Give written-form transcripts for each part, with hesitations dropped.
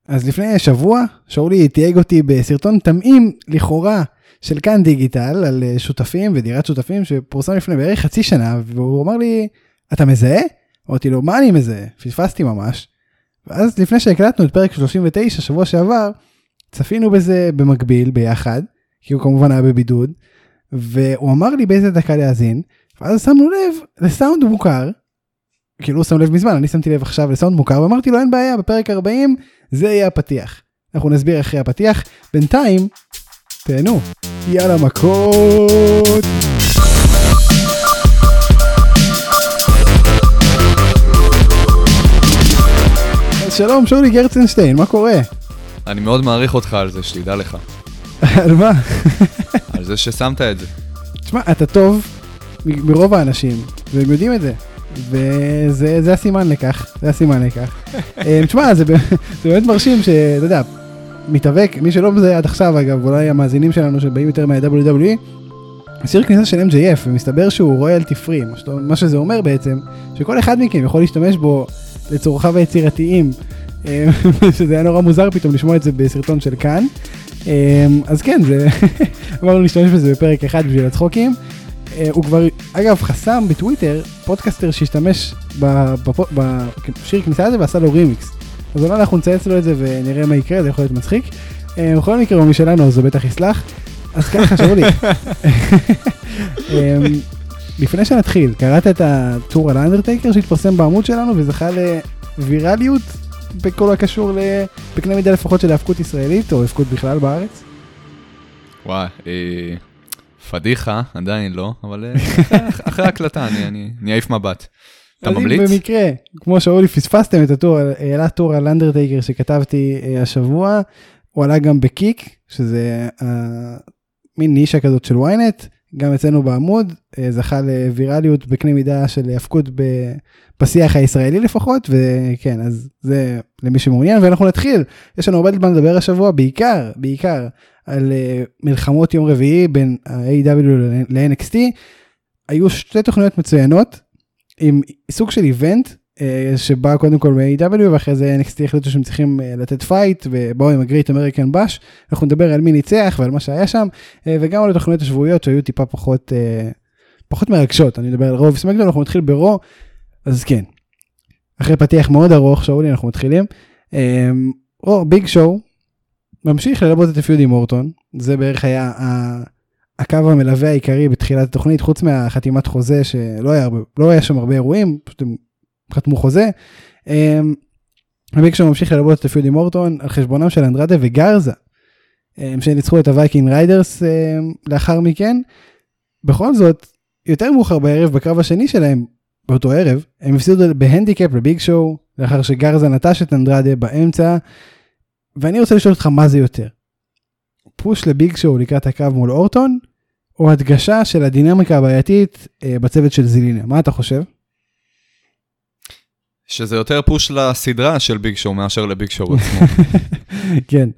אז לפני שבוע, שאולי תייג אותי בסרטון תמאים לכאורה של כאן דיגיטל, על שותפים ודירת שותפים, שפורסם לפני בערך חצי שנה, והוא אמר לי, אתה מזהה? אמרתי לו, מה אני מזהה? פספסתי ממש. ואז לפני שהקלטנו את פרק 39, שבוע שעבר, צפינו בזה במקביל, ביחד, כי הוא כמובן היה בבידוד, והוא אמר לי באיזה דקה להאזין, ואז שמנו לב לסאונד מוכר, כאילו הוא שם לב מזמן, אני שמתי לב עכשיו לסאונד מוכר, ואמרתי לו, אין בעיה, בפרק 40, זה יהיה הפתיח. אנחנו נסביר אחרי הפתיח, בינתיים, תהנו, יאללה מכות. אז שלום, שאולי גרצנשטיין, מה קורה? אני מאוד מעריך אותך על זה, שתדע לך. על מה? על זה ששמת את זה. תשמע, אתה טוב מרוב האנשים, והם יודעים את זה. וזה הסימן לכך, זה הסימן לכך. תשמע, זה באמת מרשים שאתה יודע, מתאבק, מי שלא בזה עד עכשיו, אגב, אולי המאזינים שלנו שבאים יותר מה-WWE, השיר כניסה של MJF, ומסתבר שהוא רויאלטי פרי, מה שזה אומר בעצם, שכל אחד מכם יכול להשתמש בו לצורחיו היצירתיים, שזה היה נורא מוזר פתאום לשמוע את זה בסרטון של כאן, אז כן, אמרנו להשתמש בזה בפרק אחד בשביל הצחוקים, הוא כבר, אגב, חסם בטוויטר פודקאסטר שהשתמש בשיר כניסה הזה ועשה לו רימיקס. אז אולי אנחנו נצייץ לו את זה ונראה מה יקרה, זה יכול להיות מצחיק. בכל מקרה, הוא משלנו, אז זה בטח יסלח. אז ככה, שאולי. לפני שנתחיל, קראת את הטור על האנדרטייקר שהתפרסם בעמוד שלנו וזכה לווירליות בכל הקשור בקנה מידה לפחות של ההפקות ישראלית או הפקות בכלל בארץ? וואי, פדיחה, עדיין לא, אבל אחרי הקלטה אני אעיף מבט. אתה ממליץ? במקרה, כמו שאולי פספסתם את הטור, העלה טור על אנדרטייקר שכתבתי השבוע, הוא עלה גם בקיק, שזה מין נישה כזאת של וויינט, גם אצלנו בעמוד, זכה לווירליות בקנה מידה של הפקות בשיח הישראלי לפחות, וכן, אז זה למי שמעוניין, ואנחנו נתחיל. יש לנו הרבה זמן לדבר השבוע, בעיקר על מלחמות יום רביעי בין ה-AW ל-NXT, היו שתי תוכניות מצוינות, עם סוג של איבנט, שבא קודם כל ב-AW, ואחרי זה NXT החליטו שהם צריכים לתת פייט, ובאו עם הגרייט אמריקן באש, אנחנו נדבר על מי ניצח ועל מה שהיה שם, וגם על התוכניות השבועיות שהיו טיפה פחות מרגשות, אני מדבר על רו וסמקדאון, אנחנו מתחיל ברו, אז כן, אחרי פתיח מאוד ארוך, שאולי אנחנו מתחילים, ביג שואו, ממשיך ללבות את הפיוד עם אורטון, זה בערך היה הקו המלווה העיקרי בתחילת התוכנית, חוץ מהחתימת חוזה שלא היה שם הרבה אירועים, פשוט הם חתמו חוזה. ביג שואו ממשיך ללבות את הפיוד עם אורטון, על חשבונם של אנדרדה וגרזה, שניצחו את הווייקינג ריידרס לאחר מכן. בכל זאת, יותר מאוחר בערב, בקרב השני שלהם, באותו ערב, הם הפסידו בהנדיקאפ לביג שואו, לאחר שגרזה נטש את אנדרדה באמצע, ואני רוצה לשאול אותך מה זה יותר. פוש לביג שואו לקראת הקרב מול אורטון, או הדגשה של הדינמיקה הבעייתית בצוות של זילינה. מה אתה חושב? שזה יותר פוש לסדרה של ביג שואו מאשר לביג שואו עצמו. כן.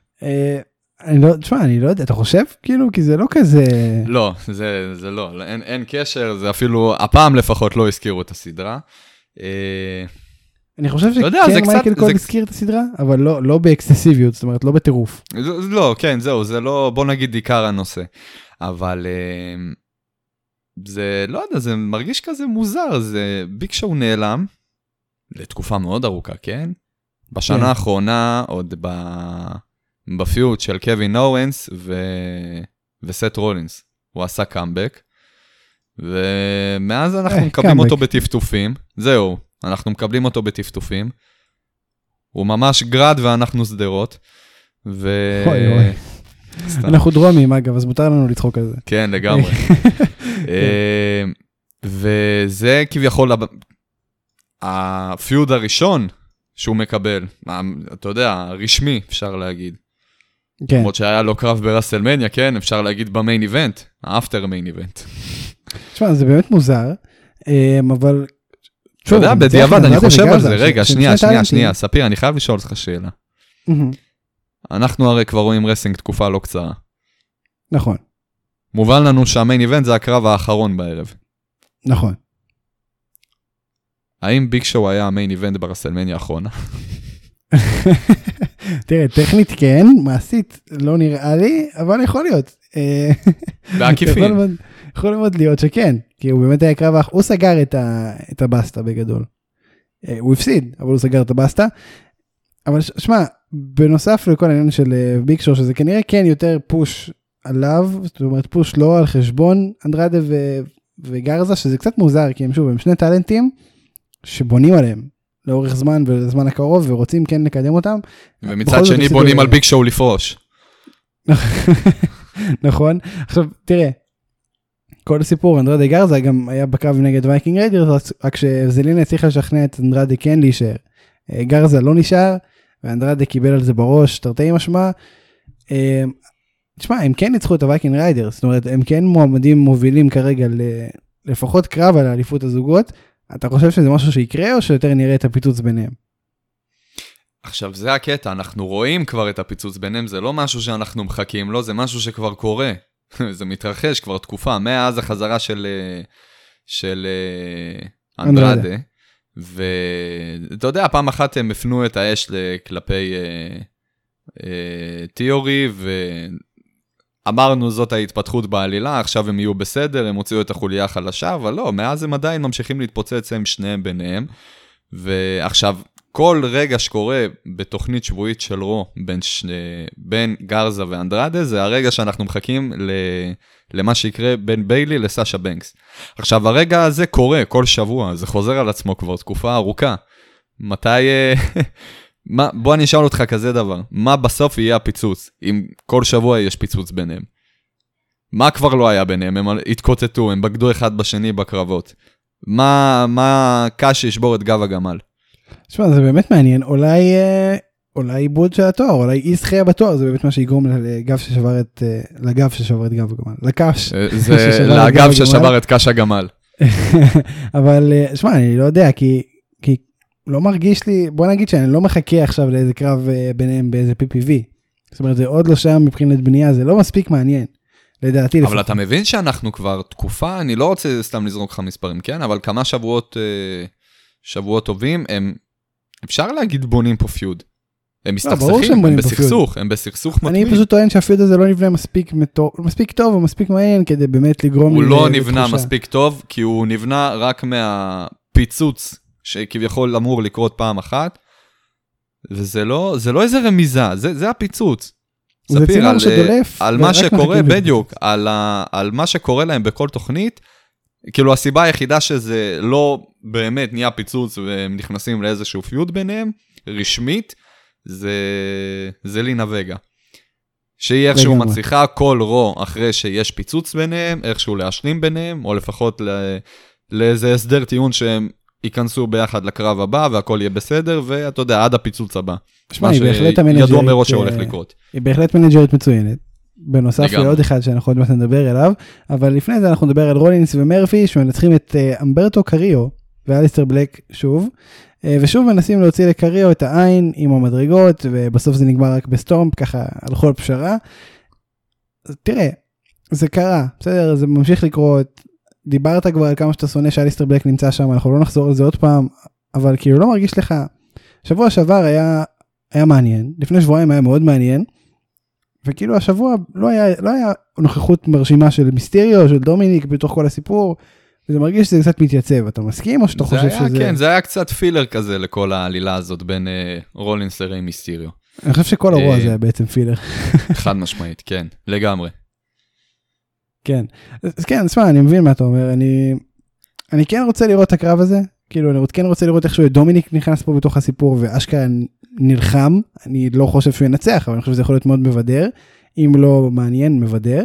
אני לא יודע, אתה חושב? כאילו, כי זה לא כזה... לא, זה לא. אין קשר, זה אפילו, הפעם לפחות לא הזכירו את הסדרה. אני חושב שכן מייקל קול הזכיר את הסדרה, אבל לא באקססיביות, זאת אומרת, לא בטירוף. לא, כן, זהו, זה לא, בוא נגיד עיקר הנושא. אבל זה, לא יודע, זה מרגיש כזה מוזר, זה ביג שואו נעלם, לתקופה מאוד ארוכה, כן? בשנה האחרונה, עוד בפיוט של קווין אורנס וסט רולינס, הוא עשה קאמבק, ומאז אנחנו מקבלים אותו בטפטופים, זהו, אנחנו מקבלים אותו בטפטופים, הוא ממש גרד ואנחנו סדרות, אנחנו דרומים אגב, אז מותר לנו לצחוק על זה. כן, לגמרי. וזה כביכול הפיוד הראשון שהוא מקבל, אתה יודע, רשמי אפשר להגיד. למרות שהיה לו קרב ברסלמניה, כן, אפשר להגיד במיין איבנט, האפטר מיין איבנט. תשמע, זה באמת מוזר, אבל... אתה יודע, בדיעבד, אני חושב על זה, רגע, שנייה, ספיר, אני חייב לשאול אותך שאלה. אנחנו הרי כבר רואים רסינג תקופה לא קצרה. נכון. מובן לנו שהמיין איבנט זה הקרב האחרון בערב. נכון. האם ביג שואו היה המיין איבנט ברסלמניה האחרונה? תראה, טכנית כן, מעשית לא נראה לי, אבל יכול להיות. בעקיפין. יכול מאוד להיות שכן, כי הוא באמת היה קרב, הוא סגר את הבסטה בגדול. הוא הפסיד, אבל הוא סגר את הבסטה. אבל שמע, בנוסף לכל העניין של ביג שואו, שזה כנראה כן יותר פוש עליו, זאת אומרת פוש לא על חשבון אנדרדה וגרזה, שזה קצת מוזר, כי הם שוב, הם שני טלנטים שבונים עליהם לאורך זמן ולזמן הקרוב, ורוצים כן לקדם אותם. ומצד שני בונים על ביג שואו לפרוש. נכון. עכשיו, תראה, כל הסיפור, אנדרדה גרזה גם היה בקרב נגד וייקינג ריידרס, רק שזלינה הצליחה לשכנע את אנדרדה כן להישאר. גרזה לא נשאר, ואנדרדה קיבל על זה בראש, תרתי משמע. תשמע, הם כן ניצחו את הווייקינג ריידרס, זאת אומרת, הם כן מועמדים מובילים כרגע לפחות קרב על האליפות הזוגות. אתה חושב שזה משהו שיקרה, או שיותר נראה את הפיצוץ ביניהם? עכשיו, זה הקטע, אנחנו רואים כבר את הפיצוץ ביניהם, זה לא משהו שאנחנו מחכים לו, זה משהו שכבר קורה. זה מתרחש כבר תקופה, מאז החזרה של אנדרדה. ואתה יודע, פעם אחת הם הפנו את האש כלפי תיאורי, ואמרנו זאת ההתפתחות בעלילה, עכשיו הם יהיו בסדר, הם הוציאו את החוליה החלשה, אבל לא, מאז הם עדיין ממשיכים להתפוצץ הם שניהם ביניהם, ועכשיו, כל רגע שקורה בתוכנית שבועית של רו, בין גרזה ואנדרדה, זה הרגע שאנחנו מחכים למה שיקרה בין ביילי לסאשה בנקס. עכשיו, הרגע הזה קורה כל שבוע, זה חוזר על עצמו כבר תקופה ארוכה. מתי... בוא אני אשאל אותך כזה דבר, מה בסוף יהיה הפיצוץ, אם כל שבוע יש פיצוץ ביניהם? מה כבר לא היה ביניהם? הם התקוטטו, הם בגדו אחד בשני בקרבות. מה קש ישבור את גב הגמל? תשמע, זה באמת מעניין, אולי עיבוד של התואר, אולי אי זכייה בתואר, זה באמת מה שיגרום לגב ששבר את גב הגמל, לקש. זה לגב ששבר את קש הגמל. אבל, שמע, אני לא יודע, כי לא מרגיש לי, בוא נגיד שאני לא מחכה עכשיו לאיזה קרב ביניהם באיזה PPV. זאת אומרת, זה עוד לא שם מבחינת בנייה, זה לא מספיק מעניין, לדעתי. אבל אתה מבין שאנחנו כבר תקופה, אני לא רוצה סתם לזרוק לך מספרים, כן? אבל כמה שבועות טובים, אפשר להגיד בונים פה פיוד. הם מסתכסכים, הם בסכסוך מתמיד. אני פשוט טוען שהפיוד הזה לא נבנה מספיק טוב או מספיק מעניין כדי באמת לגרום... הוא לא נבנה מספיק טוב, כי הוא נבנה רק מהפיצוץ שכביכול אמור לקרות פעם אחת, וזה לא איזה רמיזה, זה הפיצוץ. ספיר, על מה שקורה, בדיוק, על מה שקורה להם בכל תוכנית, כאילו הסיבה היחידה שזה לא באמת נהיה פיצוץ והם נכנסים לאיזשהו פיוד ביניהם, רשמית, זה לינה וגה. שהיא איכשהו מצליחה כל רו אחרי שיש פיצוץ ביניהם, איכשהו להשלים ביניהם, או לפחות לאיזה הסדר טיעון שהם ייכנסו ביחד לקרב הבא, והכל יהיה בסדר, ואתה יודע, עד הפיצוץ הבא. מה שידוע מראש שהולך לקרות. היא בהחלט מנג'רית מצוינת. בנוסף לעוד אחד שאנחנו עוד מעט נדבר אליו, אבל לפני זה אנחנו נדבר על רולינס ומרפי, שמנצחים את אמברטו קריו ואליסטר בלק שוב, ושוב מנסים להוציא לקריו את העין עם המדרגות, ובסוף זה נגמר רק בסטורם, ככה הלכו על פשרה. תראה, זה קרה, בסדר, זה ממשיך לקרות, דיברת כבר על כמה שאתה שונא שאליסטר בלק נמצא שם, אנחנו לא נחזור על זה עוד פעם, אבל כאילו לא מרגיש לך, שבוע שעבר היה מעניין, לפני שבועיים היה מאוד מעניין, וכאילו השבוע לא היה נוכחות מרשימה של מיסטריו, של דומיניק בתוך כל הסיפור, וזה מרגיש שזה קצת מתייצב, אתה מסכים או שאתה חושב שזה... כן, זה היה קצת פילר כזה לכל העלילה הזאת בין רולינס לריי מיסטריו. אני חושב שכל הרוע הזה היה בעצם פילר. חד משמעית, כן, לגמרי. כן, אז כן, תשמע, אני מבין מה אתה אומר, אני כן רוצה לראות את הקרב הזה, כאילו אני כן רוצה לראות איכשהו דומיניק נכנס פה בתוך הסיפור, ואשכרה נלחם, אני לא חושב שהוא ינצח, אבל אני חושב שזה יכול להיות מאוד מבדר, אם לא מעניין, מבדר.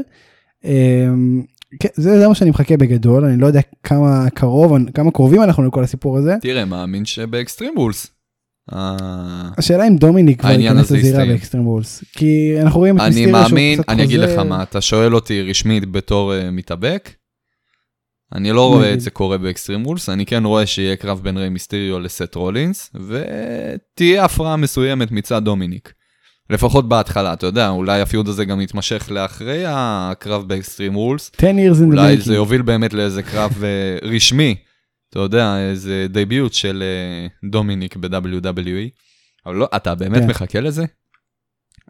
זה מה שאני מחכה בגדול, אני לא יודע כמה קרובים אנחנו לכל הסיפור הזה. תראה, מאמין שבאקסטרים וולס. השאלה אם דומיניק כבר ייכנס לזירה באקסטרים וולס, כי אנחנו רואים את מיסטריו שהוא קצת חוזר. אני מאמין, אני אגיד לך מה, אתה שואל אותי רשמית בתור מתאבק, אני לא רואה את זה קורה באקסטרים וולס, אני כן רואה שיהיה קרב בין ריי מיסטריו לסט רולינס, ותהיה הפרעה מסוימת מצד דומיניק. לפחות בהתחלה, אתה יודע, אולי הפיוד הזה גם יתמשך לאחרי הקרב באקסטרים וולס. 10 years in the אולי making. זה יוביל באמת לאיזה קרב רשמי, אתה יודע, איזה דביוט של דומיניק ב-WWE. אבל לא, אתה באמת מחכה לזה?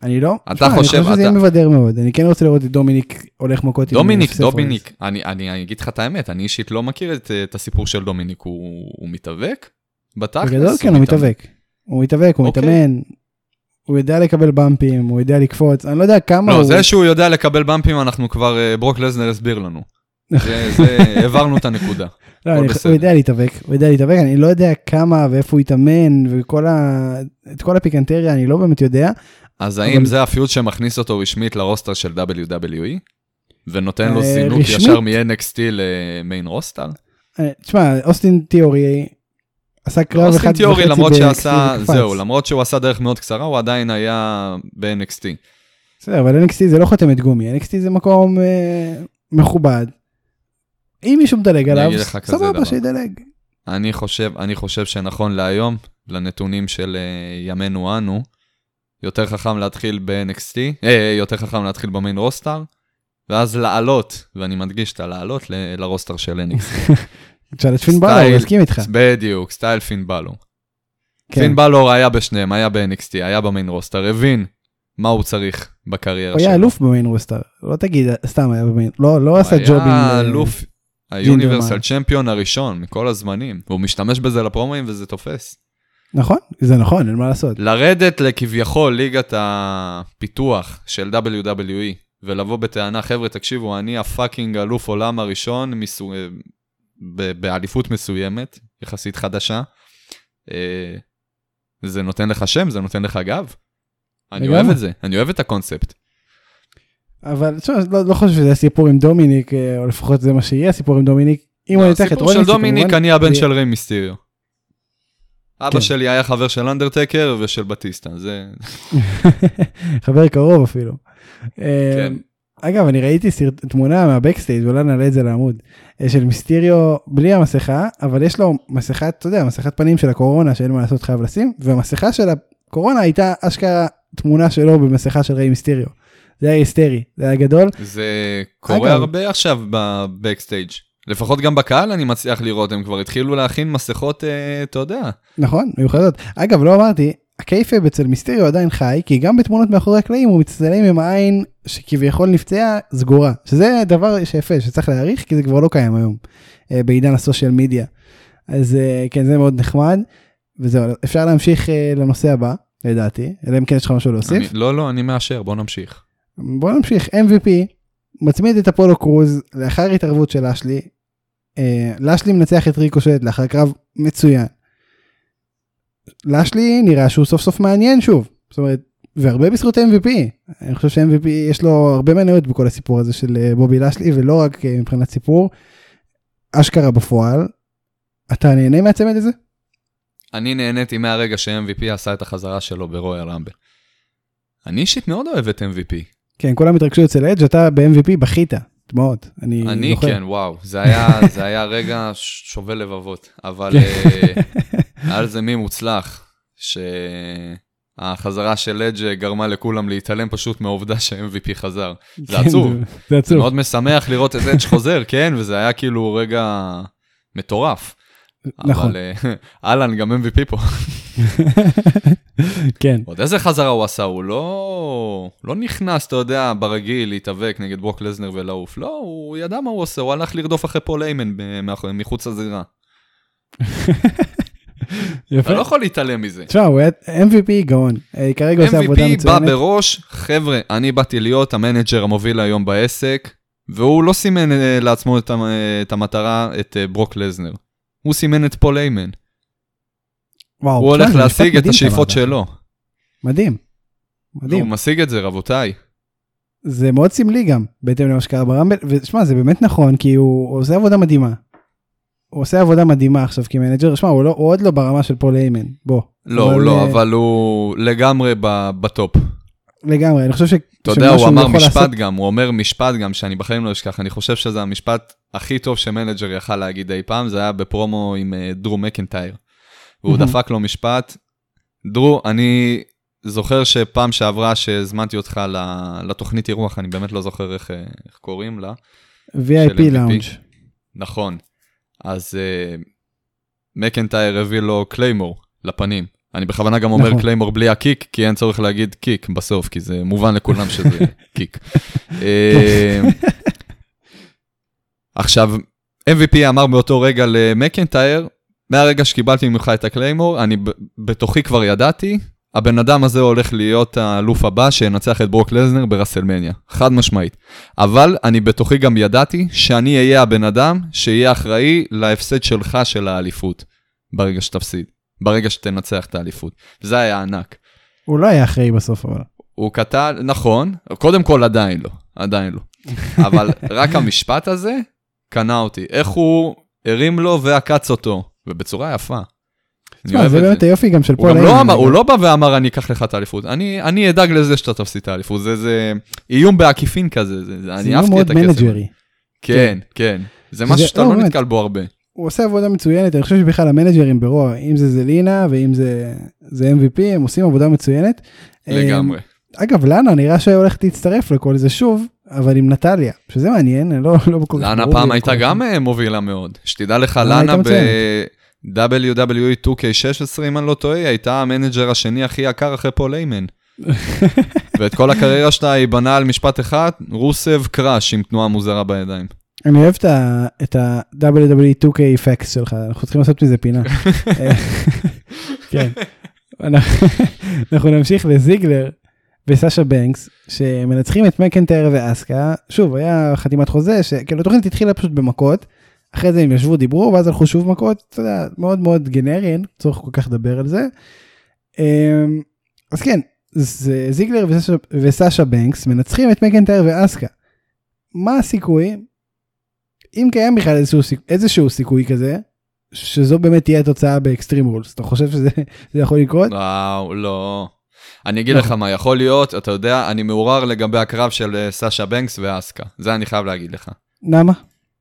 אני לא, אתה אני חושב, שזה יהיה מבדר מאוד, אני כן רוצה לראות את דומיניק הולך מכות עם דומיניק, אני אגיד לך את האמת, אני אישית לא מכיר את הסיפור של דומיניק, הוא מתאבק? בתכלס? בגדול כן, הוא מתאבק, הוא מתאמן, הוא יודע לקבל במפים, הוא יודע לקפוץ, אני לא יודע כמה הוא... לא, זה שהוא יודע לקבל במפים, אנחנו כבר, ברוק לזנר הסביר לנו. העברנו את הנקודה. לא, הוא יודע להתאבק, אני לא יודע כמה ואיפה הוא יתאמן, ואת כל הפיקנטריה אני לא באמת יודע. אז האם זה הפיוט שמכניס אותו רשמית לרוסטר של WWE, ונותן לו זינוק ישר מ-NXT למיין רוסטר? תשמע, אוסטין תיאורי עשה קרב אחד וחצי תיאורי, למרות שעשה, זהו, למרות שהוא עשה דרך מאוד קצרה, הוא עדיין היה ב-NXT. בסדר, אבל NXT זה לא חותמת גומי, NXT זה מקום מכובד. אם מישהו מדלג עליו, סבבה שידלג. אני חושב שנכון להיום, לנתונים של ימינו אנו, יותר חכם להתחיל ב-NXT, יותר חכם להתחיל במיין רוסטר, ואז לעלות, ואני מדגיש את לעלות לרוסטר של NXT. תשאל את פין בלור, הוא הסכים איתך. בדיוק, סטייל פין בלור. פין בלור היה בשניהם, היה ב-NXT, היה במיין רוסטר, הבין מה הוא צריך בקריירה שלו. הוא היה אלוף במיין רוסטר, לא תגיד, סתם היה במיין, לא עשה ג'ובים. הוא היה אלוף, היוניברסל צ'מפיון הראשון מכל הזמנים, והוא משתמש בזה לפרומואים וזה תופס. נכון, זה נכון, אין מה לעשות. לרדת לכביכול ליגת הפיתוח של WWE, ולבוא בטענה, חבר'ה, תקשיבו, אני הפאקינג אלוף עולם הראשון, באליפות מסוימת, יחסית חדשה, זה נותן לך שם, זה נותן לך גב. אני אוהב את זה, אני אוהב את הקונספט. אבל לא חושב שזה סיפור עם דומיניק, או לפחות זה מה שיהיה, סיפור עם דומיניק. סיפור של דומיניק, אני הבן של ריי מיסטריו. אבא שלי היה חבר של אנדרטקר ושל בטיסטה, זה... חבר קרוב אפילו. אגב, אני ראיתי תמונה מהבקסטייג' ואולי נעלה את זה לעמוד, של מיסטריו בלי המסכה, אבל יש לו מסכת, אתה יודע, מסכת פנים של הקורונה, שאין מה לעשות חייב לשים, והמסכה של הקורונה הייתה אשכרה תמונה שלו במסכה של ריי מיסטריו. זה היה היסטרי, זה היה גדול. זה קורה הרבה עכשיו בבקסטייג'. לפחות גם בקהל אני מצליח לראות, הם כבר התחילו להכין מסכות, אתה יודע. נכון, מיוחדות. אגב, לא אמרתי, הקייפאב אצל מיסטריו עדיין חי, כי גם בתמונות מאחורי הקלעים הוא מצטלם עם העין שכביכול נפצעה סגורה, שזה דבר שיפה, שצריך להעריך, כי זה כבר לא קיים היום, בעידן הסושיאל מדיה. אז כן, זה מאוד נחמד, וזהו, אפשר להמשיך לנושא הבא, לדעתי, אלא אם כן יש לך משהו להוסיף. לא, אני מאשר, בוא נמשיך. MVP, מצמיד את אפולו קרוז, לאחר התערבות של לשלי, לשלי מנצח את ריקושט, לאחר קרב מצוין. לשלי נראה שהוא סוף סוף מעניין שוב, זאת אומרת, והרבה בזכות MVP, אני חושב ש-MVP יש לו הרבה מניות בכל הסיפור הזה של בובי לשלי, ולא רק מבחינת סיפור, אשכרה בפועל. אתה נהנה מהצמד הזה? אני נהניתי מהרגע ש-MVP עשה את החזרה שלו ברויאל רמבל. אני אישית מאוד אוהב את MVP. כן, כולם התרגשו אצל אדג', אתה ב-MVP בכית, דמעות, אני כן, וואו, זה היה רגע שובל לבבות, אבל היה זה מי מוצלח, שהחזרה של אדג' גרמה לכולם להתעלם פשוט מהעובדה ש-MVP חזר. זה עצוב. זה מאוד משמח לראות את אדג' חוזר, כן, וזה היה כאילו רגע מטורף. נכון. אבל אלן גם MVP פה. כן. עוד איזה חזרה הוא עשה, הוא לא נכנס, אתה יודע, ברגיל להתאבק נגד ברוק לזנר ולעוף. לא, הוא ידע מה הוא עושה, הוא הלך לרדוף אחרי פול איימן מחוץ לזירה. אתה לא יכול להתעלם מזה. תשמע, הוא היה MVP גאון. כרגע עושה עבודה מצוינת. MVP בא בראש, חבר'ה, אני באתי להיות המנג'ר המוביל היום בעסק, והוא לא סימן לעצמו את המטרה, את ברוק לזנר. הוא סימן את פול איימן. הוא הולך להשיג את השאיפות שלו. מדהים. מדהים. הוא משיג את זה, רבותיי. זה מאוד סמלי גם, בהתאם למה שקרה ברמבל, ושמע, זה באמת נכון, כי הוא עושה עבודה מדהימה. הוא עושה עבודה מדהימה עכשיו כמנג'ר, שמע, הוא עוד לא ברמה של פול איימן, בוא. לא, אבל הוא לגמרי בטופ. לגמרי, אני חושב ש... אתה יודע, הוא אמר משפט גם, הוא אומר משפט גם, שאני בחיים לא אשכח, אני חושב שזה המשפט הכי טוב שמנג'ר יכל להגיד אי פעם, זה היה בפרומו עם דרו מקנטייר. והוא דפק לו משפט. דרו, אני זוכר שפעם שעברה שהזמנתי אותך לתוכנית אירוח, אני באמת לא זוכר איך קוראים לה. VIP לאונג'. נכון. אז מקנטייר הביא לו קליימור לפנים. אני בכוונה גם אומר נכון. קליימור בלי הקיק, כי אין צורך להגיד קיק בסוף, כי זה מובן לכולם שזה קיק. עכשיו, MVP אמר באותו רגע למקנטייר, מהרגע שקיבלתי ממך את הקליימור, אני בתוכי כבר ידעתי, הבן אדם הזה הולך להיות האלוף הבא שינצח את ברוק לזנר ברסלמניה, חד משמעית. אבל אני בתוכי גם ידעתי שאני אהיה הבן אדם שיהיה אחראי להפסד שלך של האליפות, ברגע שתפסיד, ברגע שתנצח את האליפות. וזה היה ענק. הוא לא היה אחראי בסוף, אבל. הוא כתב, נכון, קודם כל עדיין לא. אבל רק המשפט הזה קנה אותי. איך הוא הרים לו ועקץ אותו, ובצורה יפה. זה באמת היופי גם של פול היימן. הוא לא בא ואמר, אני אקח לך את האליפות. אני אדאג לזה שאתה תפסיד את האליפות. זה איום בעקיפין כזה. זה איום מאוד מנג'רי. כן, כן. זה משהו שאתה לא נתקל בו הרבה. הוא עושה עבודה מצוינת. אני חושב שבכלל המנג'רים ברוע, אם זה זלינה ואם זה MVP, הם עושים עבודה מצוינת. לגמרי. אגב, לאנה נראה שהולכת להצטרף לכל זה שוב, אבל עם נטליה, שזה מעניין, לא בכל כך. לאנה פעם הייתה גם מובילה מאוד. שתדע לך, לאנה ב-WWE 2K16, אם אני לא טועה, הייתה המנג'ר השני הכי יקר אחרי פול היימן. ואת כל הקריירה שלה היא בנה על משפט אחד, רוסב קראש עם תנועה מוזרה בידיים. אני אוהב את ה-WWE 2K Facts שלך, אנחנו צריכים לעשות מזה פינה. כן. אנחנו נמשיך לזיגלר וסאשה בנקס, שמנצחים את מקנטייר ואסקה. שוב, היה חתימת חוזה, שכאילו התוכנית התחילה פשוט במכות, אחרי זה הם ישבו, דיברו, ואז הלכו שוב מכות, אתה יודע, מאוד מאוד גנרי, אין צורך כל כך לדבר על זה. אז כן, זיגלר וסאשה בנקס מנצחים את מקנטייר ואסקה. מה הסיכוי? אם קיים בכלל איזשהו סיכוי כזה, שזו באמת תהיה התוצאה באקסטרים רולס, אתה חושב שזה יכול לקרות? וואו, לא. אני אגיד לך מה יכול להיות, אתה יודע, אני מעורר לגבי הקרב של סאשה בנקס ואסקה. זה אני חייב להגיד לך. למה?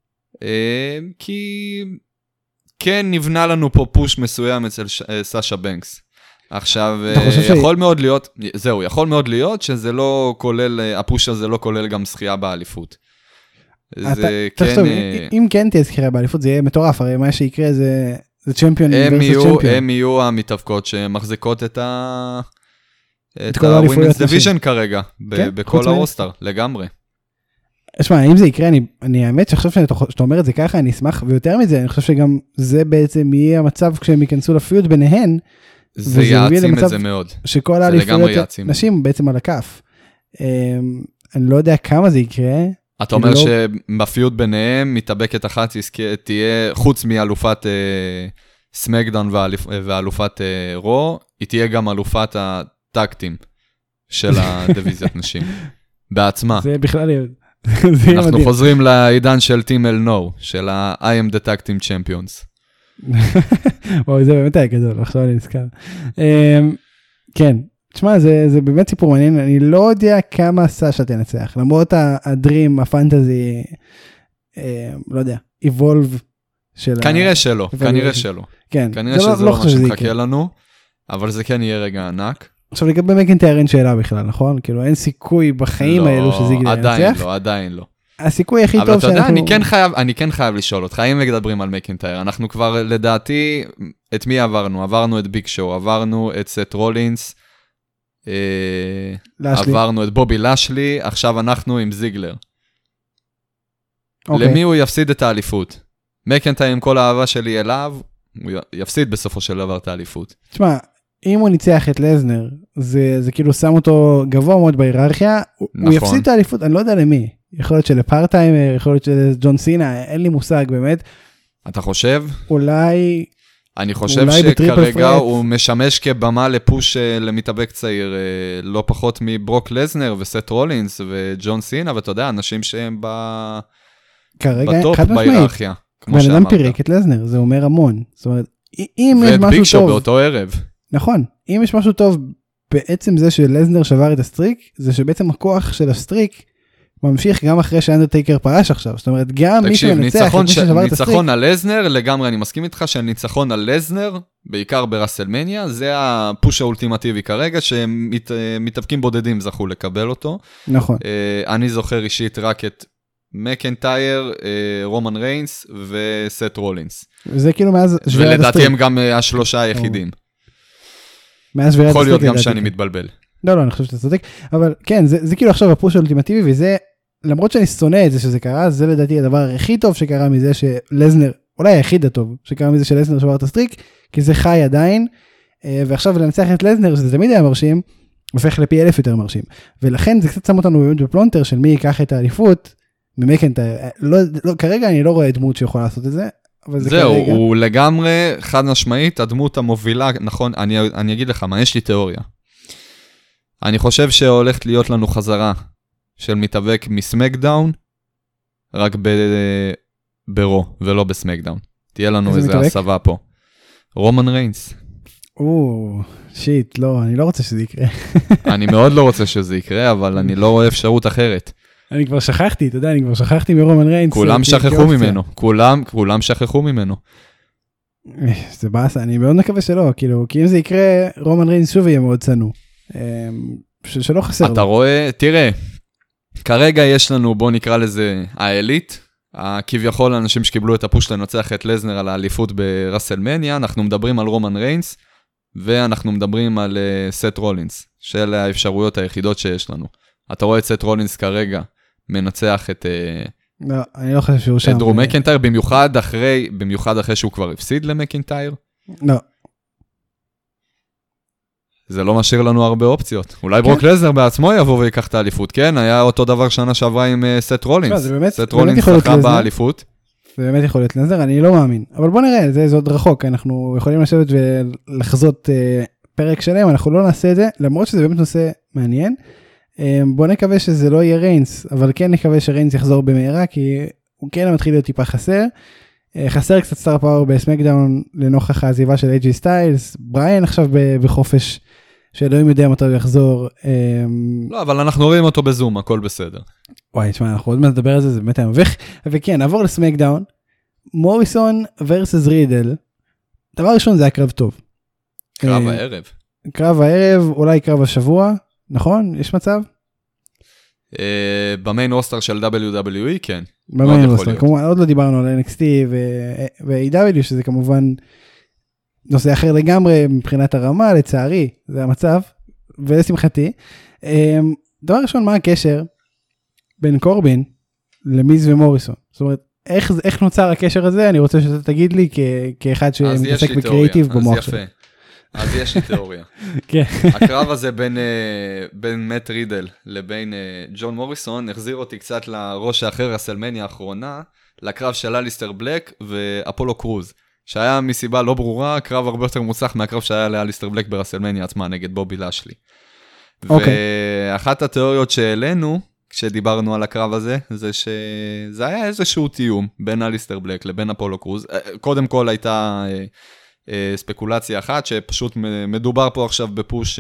כי כן נבנה לנו פה פוש מסוים אצל סאשה בנקס. עכשיו, יכול מאוד להיות, זהו, יכול מאוד להיות שזה לא כולל, הפוש הזה לא כולל גם זכייה באליפות. זה כן... אם כן תהיה זכייה באליפות, זה יהיה מטורף, הרי מה שיקרה זה צ'מפיון. הם יהיו המתאבקות שמחזיקות את ה-Women's Division כרגע, בכל הרוסטר, לגמרי. תשמע, אם זה יקרה, אני האמת שחושב שאתה אומר את זה ככה, אני אשמח, ויותר מזה, אני חושב שגם זה בעצם יהיה המצב כשהם ייכנסו לפיוט ביניהן, זה יעצים את זה מאוד. שכל האליפויות נשים בעצם על הכף. אני לא יודע כמה זה יקרה. אתה אומר שבפיוט ביניהם, מתאבקת אחת תהיה, חוץ מאלופת סמקדאון ואלופת רו, היא תהיה גם אלופת הטקטים של הדיוויזיית נשים. בעצמה. זה בכלל יהיה. אנחנו חוזרים לעידן של טים אל נו, של ה-I am the tag team champions. וואו, זה באמת היה גדול, עכשיו אני נזכר. כן, תשמע, זה באמת סיפור מעניין, אני לא יודע כמה סאשה תנצח, למרות הדרים, הפנטזי, לא יודע, evolve של... כנראה שלא, כנראה שלא. כן, כנראה שזה לא מה שמחכה לנו, אבל זה כן יהיה רגע ענק. עכשיו לגבי מקנטייר אין שאלה בכלל, נכון? כאילו אין סיכוי בחיים האלו שזיגלר ינצח. עדיין לא. הסיכוי הכי טוב שאנחנו... אבל אתה יודע, אני כן חייב לשאול אותך, אם מדברים על מקנטייר, אנחנו כבר לדעתי, את מי עברנו? עברנו את ביג שואו, עברנו את סט רולינס, עברנו את בובי לשלי, עכשיו אנחנו עם זיגלר. למי הוא יפסיד את האליפות? מקנטייר עם כל האהבה שלי אליו, הוא יפסיד בסופו של דבר את האליפות. תשמע, אם הוא ניצח את לזנר, זה כאילו שם אותו גבוה מאוד בהיררכיה, הוא יפסיד את האליפות, אני לא יודע למי. יכול להיות שלפארטיימר, יכול להיות שלג'ון סינה, אין לי מושג באמת. אתה חושב? אולי... אני חושב שכרגע הוא משמש כבמה לפוש למתאבק צעיר, לא פחות מברוק לזנר וסט רולינס וג'ון סינה, ואתה יודע, אנשים שהם בטופ בהיררכיה. בן אדם פירק את לזנר, זה אומר המון. זאת אומרת, אם יש משהו טוב... וביג שואו באותו ערב. נכון, אם יש משהו טוב בעצם זה שלזנר שבר את הסטריק, זה שבעצם הכוח של הסטריק ממשיך גם אחרי שאנדרטייקר פרש עכשיו. זאת אומרת, גם מי שמנצח, מי ששבר את הסטריק... ניצחון על לזנר, לגמרי אני מסכים איתך שניצחון על לזנר, בעיקר ברסלמניה, זה הפוש האולטימטיבי כרגע, שמתאבקים בודדים זכו לקבל אותו. נכון. אני זוכר אישית רק את מקנטייר, רומן ריינס וסט רולינס. וזה כאילו מאז... ולדעתי הם גם השלושה היחידים. מאז שבירת יכול להיות הסטייק, גם שאני מתבלבל. לא, אני חושב שאתה צודק, אבל כן, זה כאילו עכשיו הפוש האולטימטיבי, וזה, למרות שאני שונא את זה שזה קרה, זה לדעתי הדבר הכי טוב שקרה מזה שלזנר, אולי היחיד הטוב, שקרה מזה שלזנר שבר את הסטריק, כי זה חי עדיין, ועכשיו לנצח את לזנר, שזה תמיד היה מרשים, הופך לפי 1000 יותר מרשים, ולכן זה קצת שם אותנו באמת בפלונטר של מי ייקח את האליפות, ממקנטייר, כרגע אני לא רואה דמות שיכולה לעשות את זה, זהו, הוא לגמרי חד משמעית, הדמות המובילה, נכון, אני אגיד לך מה, יש לי תיאוריה. אני חושב שהולכת להיות לנו חזרה של מתאבק מסמקדאון, רק ברו, ולא בסמקדאון. תהיה לנו איזה הסבה פה. רומן ריינס. שיט, לא, אני לא רוצה שזה יקרה. אני מאוד לא רוצה שזה יקרה, אבל אני לא רואה אפשרות אחרת. אני כבר שכחתי, אתה יודע, אני כבר שכחתי מרומן ריינס. כולם שכחו ממנו, כולם שכחו ממנו. זה באסה, אני מאוד מקווה שלא, כאילו, כי אם זה יקרה, רומן ריינס שוב יהיה מאוד צנוע. שלא חסר לו. אתה רואה, תראה, כרגע יש לנו, בוא נקרא לזה, האליט, כביכול האנשים שקיבלו את הפוש לנצח את לזנר על האליפות ברסלמניה, אנחנו מדברים על רומן ריינס, ואנחנו מדברים על סט רולינס, של האפשרויות היחידות שיש לנו. אתה רואה את סט רולינס כרגע, מנצח את... לא, אני לא חושב שהוא שם. את דרו מקינטייר, במיוחד אחרי שהוא כבר הפסיד למקינטייר. לא. זה לא משאיר לנו הרבה אופציות. אולי ברוק לזנר בעצמו יבוא ויקח את האליפות, כן? היה אותו דבר שנה שעברה עם סט רולינס. סט רולינס זכה באליפות. זה באמת יכול להיות לזנר, אני לא מאמין. אבל בוא נראה, זה עוד רחוק, אנחנו יכולים לשבת ולחזות פרק שלם, אנחנו לא נעשה את זה, למרות שזה באמת נושא מעניין. בוא נקווה שזה לא יהיה ריינס, אבל כן נקווה שריינס יחזור במהרה, כי הוא כן מתחיל להיות טיפה חסר. חסר קצת סטאר פאוור בסמקדאון לנוכח העזיבה של AJ סטיילס, בריין עכשיו בחופש, שאלוהים יודע מתי הוא יחזור. לא, אבל אנחנו רואים אותו בזום, הכל בסדר. וואי, תשמע, אנחנו עוד מעט נדבר על זה, זה באמת היה מביך. וכן, נעבור לסמקדאון, מוריסון versus רידל, דבר ראשון זה היה קרב טוב. קרב הערב. קרב הערב, אולי קרב השבוע, נכון? יש מצב? במיין רוסטר של WWE, כן. במיין רוסטר, כמובן, עוד לא דיברנו על NXT ו-AW, שזה כמובן נושא אחר לגמרי מבחינת הרמה, לצערי, זה המצב, ולשמחתי. דבר ראשון, מה הקשר בין קורבין למיז ומוריסון? זאת אומרת, איך נוצר הקשר הזה? אני רוצה שאתה תגיד לי כאחד שמתעסק בקריאיטיב במוח שלי. אז יפה. אז יש לי תיאוריה. כן. הקרב הזה בין מאט רידל לבין ג'ון מוריסון, החזיר אותי קצת לראש האחר, רסלמניה האחרונה, לקרב של אליסטר בלק ואפולו קרוז, שהיה מסיבה לא ברורה, קרב הרבה יותר מוצלח מהקרב שהיה לאליסטר בלק ברסלמניה עצמה, נגד בובי לשלי. ואחת התיאוריות שהעלינו, כשדיברנו על הקרב הזה, זה שזה היה איזשהו תיאום בין אליסטר בלק לבין אפולו קרוז. קודם כל הייתה ספקולציה אחת, שפשוט מדובר פה עכשיו בפוש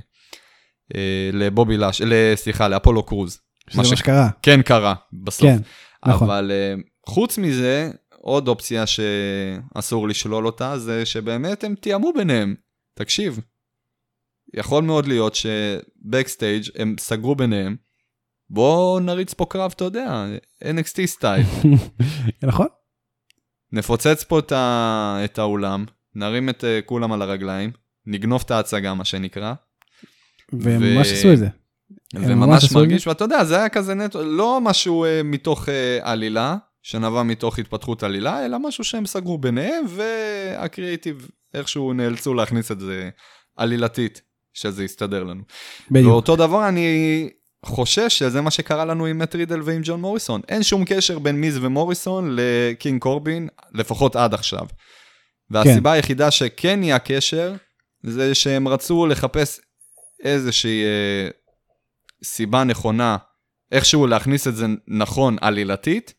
לבובי סליחה, לאפולו קרוז. שזה מה שקרה. כן קרה, בסוף. כן, נכון. אבל חוץ מזה, עוד אופציה שאסור לשלול אותה, זה שבאמת הם תיאמו ביניהם. תקשיב, יכול מאוד להיות שבקסטייג' הם סגרו ביניהם, בוא נריץ פה קרב, אתה יודע, NXT סטייל. נכון. נפוצץ פה את האולם, נרים את כולם על הרגליים, נגנוב את ההצגה, מה שנקרא. וממש עשו את זה. וממש מרגיש, ואתה יודע, זה היה כזה נטו, לא משהו מתוך עלילה, שנבע מתוך התפתחות עלילה, אלא משהו שהם סגרו ביניהם, והקריאיטיב איכשהו נאלצו להכניס את זה עלילתית, שזה יסתדר לנו. ואותו דבר אני חושש שזה מה שקרה לנו עם מאט רידל ועם ג'ון מוריסון. אין שום קשר בין מיז ומוריסון לקינג קורבין, לפחות עד עכשיו. והסיבה היחידה שכן יהיה קשר, זה שהם רצו לחפש איזושהי סיבה נכונה, איכשהו להכניס את זה נכון עלילתית,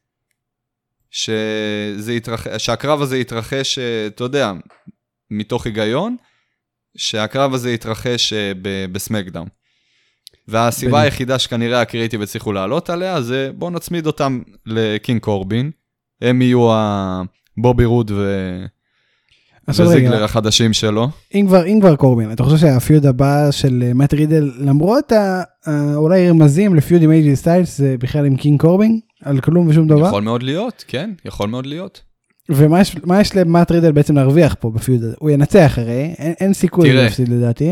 שהקרב הזה יתרחש, אתה יודע, מתוך היגיון, שהקרב הזה יתרחש בסמקדאון. והסיבה היחידה שכנראה הקריאיטיב הצליחו לעלות עליה, זה בואו נצמיד אותם לקינג קורבין, הם יהיו בובי רוד וזיגלר החדשים שלו. אם כבר קורבין, אתה חושב שהפיוד הבא של מאט רידל, למרות אולי רמזים לפיוד עם AJ סטיילס, זה בכלל עם קינג קורבין, על כלום ושום דבר? יכול מאוד להיות, כן, יכול מאוד להיות. ומה יש למאט רידל בעצם להרוויח פה בפיוד הזה? הוא ינצח הרי, אין סיכוי להפסיד לדעתי.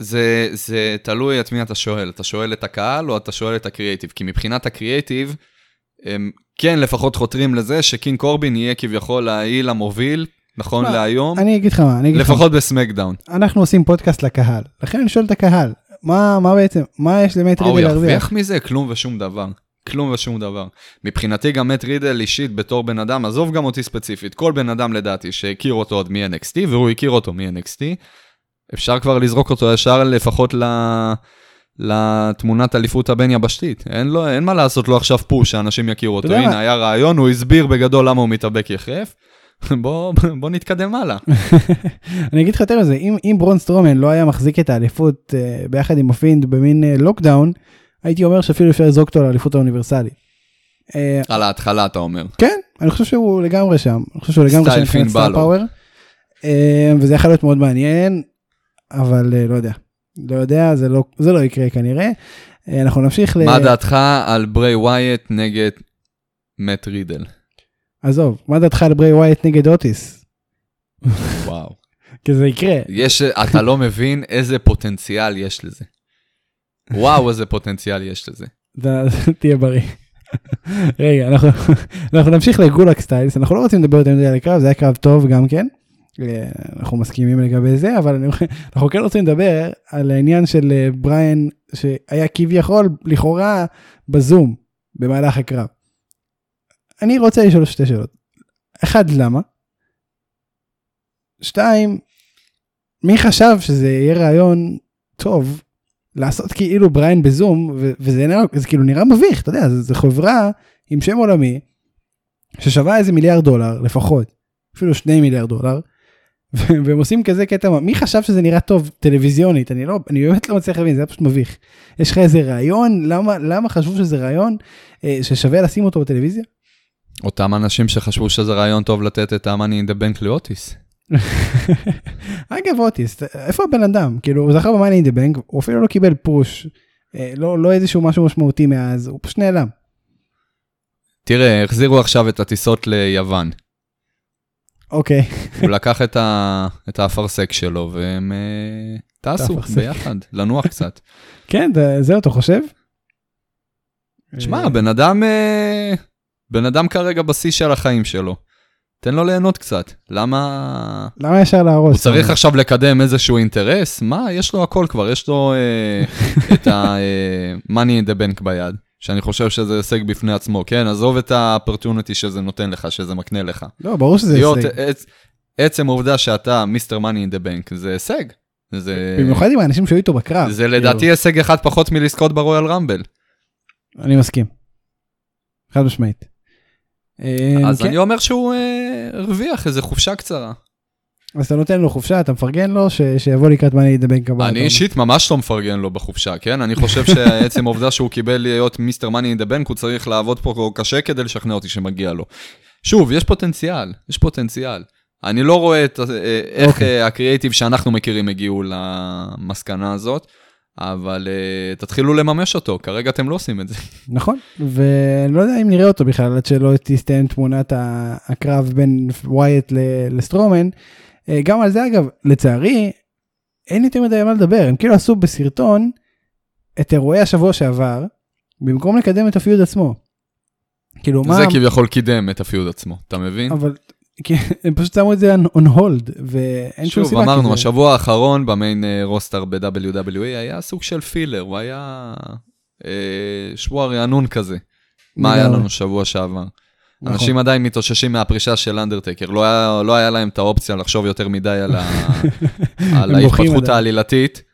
זה תלוי את מי אתה שואל. אתה שואל את הקהל או אתה שואל את הקריאייטיב? כי מבחינת הקריאייטיב, הם כן לפחות חותרים לזה שקינג קורבין יהיה כביכול העיל המוביל, נכון להיום. אני אגיד לך מה, לפחות בסמקדאון. אנחנו עושים פודקאסט לקהל, לכן אני שואל את הקהל, מה בעצם, מה יש למט רידל להרוויח? הוא ירוויח מזה? כלום ושום דבר. כלום ושום דבר. מבחינתי גם מט רידל אישית בתור בן אדם, עזוב גם אותי ספציפית, כל בן אדם לדעתי שהכיר אותו עוד מ-NXT, והוא הכיר אותו מ-NXT, אפשר כבר לזרוק אותו ישר לפחות לתמונת אליפות הבין יבשתית. אין מה לעשות לו עכשיו פוש שאנשים יכירו אותו. הנה, היה רעיון, הוא הסביר בגדול למה הוא מתאבק יחף. בוא נתקדם הלאה. אני אגיד לך יותר מזה, אם ברון סטרומן לא היה מחזיק את האליפות ביחד עם הפינד במין לוקדאון, הייתי אומר שאפילו אפשר לזרוק אותו לאליפות האוניברסלית. על ההתחלה אתה אומר. כן, אני חושב שהוא לגמרי שם. אני חושב שהוא לגמרי שם מבחינת סטאר פאוור. וזה יכול להיות מאוד מעניין, אבל לא יודע, זה לא יקרה כנראה. אנחנו נמשיך מה דעתך על ברי ווייט נגד מט רידל? עזוב, מה דעתך על ברי ווייט נגד אוטיס? וואו. כי זה יקרה. אתה לא מבין איזה פוטנציאל יש לזה. וואו, איזה פוטנציאל יש לזה. תהיה בריא. רגע, אנחנו נמשיך לגולק סטיילס, אנחנו לא רוצים לדבר יותר מדי על הקרב, זה היה קרב טוב גם כן, אנחנו מסכימים לגבי זה, אבל אנחנו כן רוצים לדבר על העניין של בריין, שהיה כביכול לכאורה בזום, במהלך הקרב. אני רוצה לשאול שתי שאלות. אחד, למה? 2, מי חשב שזה יהיה רעיון טוב, לעשות כאילו בריין בזום, וזה כאילו נראה מביך, אתה יודע, זה חברה עם שם עולמי, ששווה איזה $1 מיליארד לפחות, אפילו $2 מיליארד, והם עושים כזה קטע, מי חשב שזה נראה טוב טלוויזיונית? אני באמת לא מצליח להבין, זה היה פשוט מביך. יש לך איזה רעיון? למה חשבו שזה רעיון ששווה לשים אותו בטלוויזיה? אותם אנשים שחשבו שזה רעיון טוב לתת את המאני אין דה בנק לאוטיס. אגב אוטיס, איפה הבן אדם? כאילו הוא זכר במאני אין דה בנק, הוא אפילו לא קיבל פוש, לא איזשהו משהו משמעותי מאז, הוא פשוט נעלם. תראה, החזירו עכשיו את הטיסות ליוון. אוקיי. הוא לקח את האפרסק שלו, והם טסו ביחד, לנוח קצת. כן, זה אתה חושב? תשמע, בן אדם כרגע בשיא של החיים שלו. תן לו ליהנות קצת. למה ישר להרוס? הוא צריך עכשיו לקדם איזשהו אינטרס? מה? יש לו הכל כבר. יש לו את ה-money in the bank ביד. שאני חושב שזה הישג בפני עצמו. כן, עזוב את ה-opportunity שזה נותן לך, שזה מקנה לך. לא, ברור שזה הישג. עצם העובדה שאתה מיסטר money in the bank, זה הישג. במיוחד עם האנשים שהיו איתו בקרב. זה לדעתי הישג אחד פחות מלזכות ברויאל רמבל. אני מסכים. חד משמעית. אז אני אומר שהוא הרוויח איזה חופשה קצרה. אז אתה נותן לו חופשה, אתה מפרגן לו, שיבוא לקראת מאני דה בנק הבא. אני אישית ממש לא מפרגן לו בחופשה, כן? אני חושב שעצם העובדה שהוא קיבל להיות מיסטר מאני דה בנק, הוא צריך לעבוד פה קשה כדי לשכנע אותי שמגיע לו. שוב, יש פוטנציאל. אני לא רואה איך הקריאייטיב שאנחנו מכירים הגיעו למסקנה הזאת, אבל תתחילו לממש אותו, כרגע אתם לא עושים את זה. נכון, ואני לא יודע אם נראה אותו בכלל, עד שלא תסתיים תמונת הקרב בין ווייט לסטרומן, גם על זה אגב, לצערי, אין יותר מדי מה לדבר, הם כאילו עשו בסרטון את אירועי השבוע שעבר, במקום לקדם את הפיוד עצמו. כאילו זה כביכול קידם את הפיוד עצמו, אתה מבין? אבל הם פשוט שמו את זה on hold, ואין שום סיבה. שוב, אמרנו, השבוע האחרון במיין רוסטר ב-WWE היה סוג של פילר, הוא היה שבוע רענון כזה. מה היה לנו שבוע שעבר? אנשים עדיין מתאוששים מהפרישה של אנדרטייקר, לא היה להם את האופציה לחשוב יותר מדי על ההתפתחות העלילתית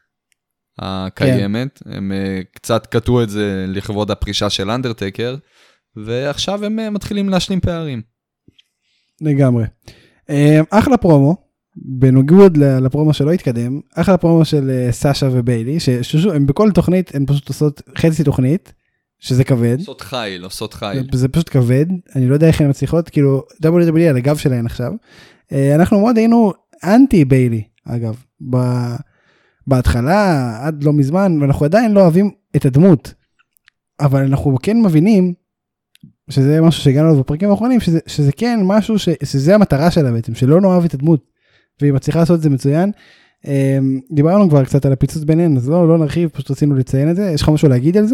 הקיימת. הם קצת קטעו את זה לכבוד הפרישה של אנדרטייקר, ועכשיו הם מתחילים להשלים פערים. לגמרי. אחלה פרומו, בנוגוד לפרומו שלא התקדם, אחלה פרומו של סאשה וביילי, שהם בכל תוכנית, הם פשוט עושות חצי תוכנית, שזה כבד. עושות חיל. זה פשוט כבד, אני לא יודע איך הן מצליחות, כאילו, WWE על הגב שלהן עכשיו. אנחנו מאוד היינו אנטי ביילי, אגב, בהתחלה, עד לא מזמן, ואנחנו עדיין לא אוהבים את הדמות, אבל אנחנו כן מבינים, שזה משהו שהגענו לו בפרקים האחרונים, שזה כן משהו שזה המטרה שלה בעצם, שלא נאהב את הדמות, והיא מצליחה לעשות את זה מצוין. דיברנו כבר קצת על הפיצוץ ביניהם, אז לא נרחיב, פשוט רצינו לציין את זה. יש לך משהו להגיד על זה?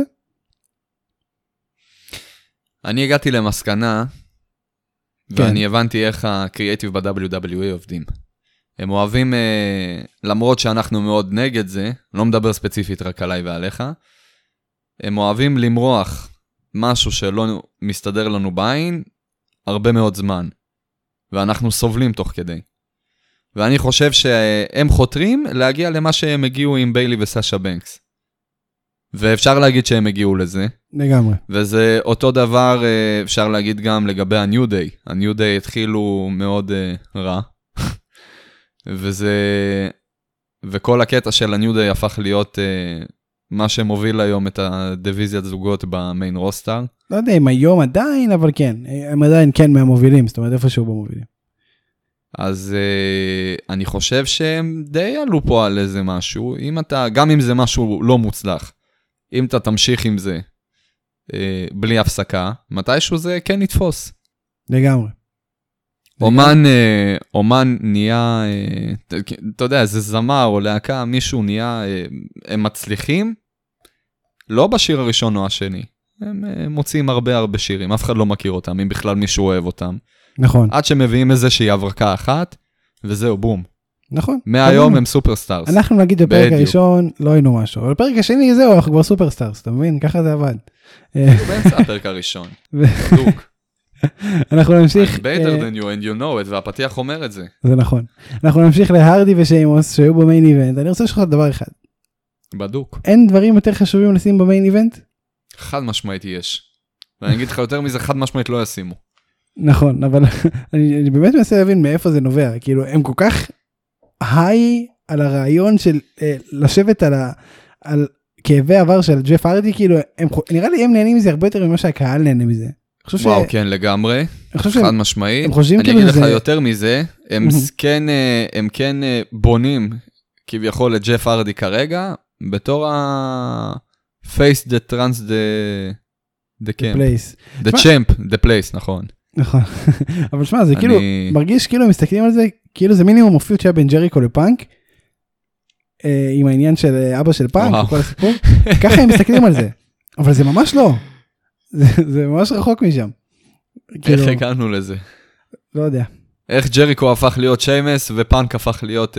אני הגעתי למסקנה, ואני הבנתי איך הקריאטיב ב-WWE עובדים. הם אוהבים, למרות שאנחנו מאוד נגד זה, לא מדבר ספציפית רק עליי ועליך, הם אוהבים למרוח משהו שלא מסתדר לנו בעין, הרבה מאוד זמן. ואנחנו סובלים תוך כדי. ואני חושב שהם חותרים להגיע למה שהם הגיעו עם ביילי וסאשה בנקס. ואפשר להגיד שהם הגיעו לזה. לגמרי. וזה אותו דבר, אפשר להגיד גם לגבי ה-New Day. ה-New Day התחילו מאוד רע. וכל הקטע של ה-New Day הפך להיות מה שמוביל היום את הדיוויזיית זוגות במיין רוסטר. לא יודע אם היום עדיין, אבל כן. הם עדיין כן מהמובילים, זאת אומרת איפשהו במובילים. אז אני חושב שהם די עלו פה על איזה משהו. גם אם זה משהו לא מוצלח, אם אתה תמשיך עם זה בלי הפסקה, מתישהו זה כן יתפוס. לגמרי. אומן נהיה, אתה יודע, זה זמר או להקה, מישהו נהיה, הם מצליחים, לא בשיר הראשון או השני. הם מוצאים הרבה שירים, אף אחד לא מכיר אותם, אם בכלל מישהו אוהב אותם. נכון. עד שמביאים איזושהי הברקה אחת, וזהו, בום. נכון. מהיום הם סופרסטארס. אנחנו נגיד בפרק הראשון לא היינו משהו, אבל בפרק השני זהו, אנחנו כבר סופרסטארס, אתה מבין? ככה זה עבד. באמצע הפרק הראשון. בדוק. אנחנו נמשיך. I'm better than you and you know it, והפתיח אומר את זה. זה נכון. אנחנו נמשיך להרדי ושיימוס שהיו במיין איבנט. אני רוצה לשאול לך דבר אחד. בדוק. אין דברים יותר חשובים לשים במיין איבנט? חד משמעית יש. ואני אגיד לך יותר מזה, חד משמעית לא ישימו. נכון, אבל אני באמת מנסה להבין מאיפה זה נובע. כאילו, הם כל כך היי על הרעיון של לשבת על כאבי עבר של ג'ף הרדי, כאילו, נראה לי הם נהנים מזה הרבה יותר ממה שהקהל נהנה מזה. וואו, כן, לגמרי. חד משמעית. אני אגיד לך יותר מזה, הם כן בונים כביכול את ג'ף הרדי כרגע, בתור ה-face that runs the camp. the champ, the place, נכון. נכון. אבל שמה, זה כאילו, מרגיש כאילו, מסתכלים על זה, כאילו זה מינימום מופיעות שהיה בין ג'ריקו לפאנק, עם העניין של אבא של פאנק, וכל הסיפור. ככה הם מסתכלים על זה. אבל זה ממש לא. זה ממש רחוק משם. איך הגענו לזה? לא יודע. איך ג'ריקו הפך להיות שיימס, ופאנק הפך להיות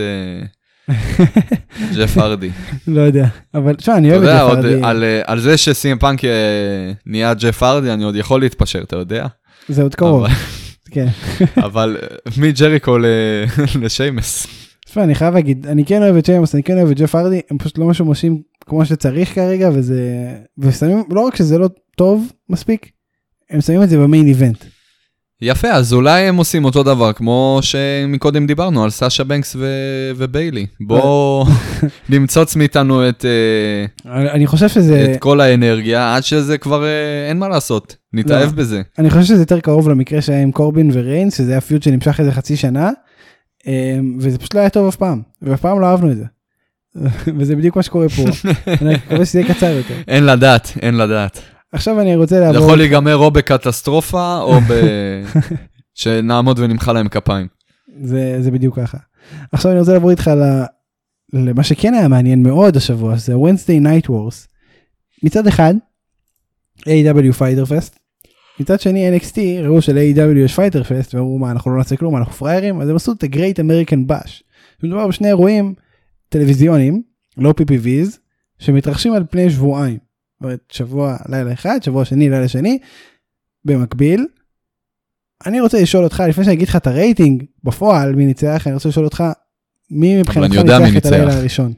ג'ף הרדי. לא יודע. אבל שמה, אני אוהב את ג'ף הרדי. על זה שסים פאנק נהיה ג'ף הרדי, אני עוד יכול להתפשר, אתה יודע? זה עוד קרוב. כן. אבל מג'ריקו לשיימס. שמה, אני חייב להגיד, אני כן אוהב את שיימס, אני כן אוהב את ג'ף הרדי, הם פשוט לא משהו מושים כמו שצריך כרגע, ושמים, לא רק שזה לא טוב מספיק, הם שמים את זה במיין איבנט. יפה, אז אולי הם עושים אותו דבר, כמו שמקודם דיברנו על סאשה בנקס וביילי. בוא נמצוץ מאיתנו אני חושב שזה... את כל האנרגיה, עד שזה כבר אין מה לעשות, נתאהב בזה. אני חושב שזה יותר קרוב למקרה שהיה עם קורבין וריינס, שזה היה פיוט שנמשך איזה חצי שנה, וזה פשוט לא היה טוב אף פעם, ואף פעם לא אהבנו את זה. וזה בדיוק מה שקורה פה. אני מקווה שזה יהיה קצר יותר. אין לדעת. עכשיו אני רוצה לעבור... יכול להיגמר או בקטסטרופה, או שנעמוד ונמחא להם כפיים. זה בדיוק ככה. עכשיו אני רוצה לעבור איתך למה שכן היה מעניין מאוד השבוע, זה Wednesday Night Wars. מצד אחד, AEW Fighter Fest. מצד שני, NXT ראו של AEW יש Fighter Fest, ואמרו מה, אנחנו לא נעשה כלום, אנחנו פריירים, אז הם עשו את ה-Great American Bash. מדובר בשני אירועים טלוויזיונים, לא PPVs, שמתרחשים על פני שבועיים. זאת אומרת, שבוע לילה אחד, שבוע שני לילה שני, במקביל. אני רוצה לשאול אותך, לפני שאני אגיד לך את הרייטינג בפועל, מי ניצח, אני רוצה לשאול אותך, מי מבחינתך ניצח את הלילה הראשון?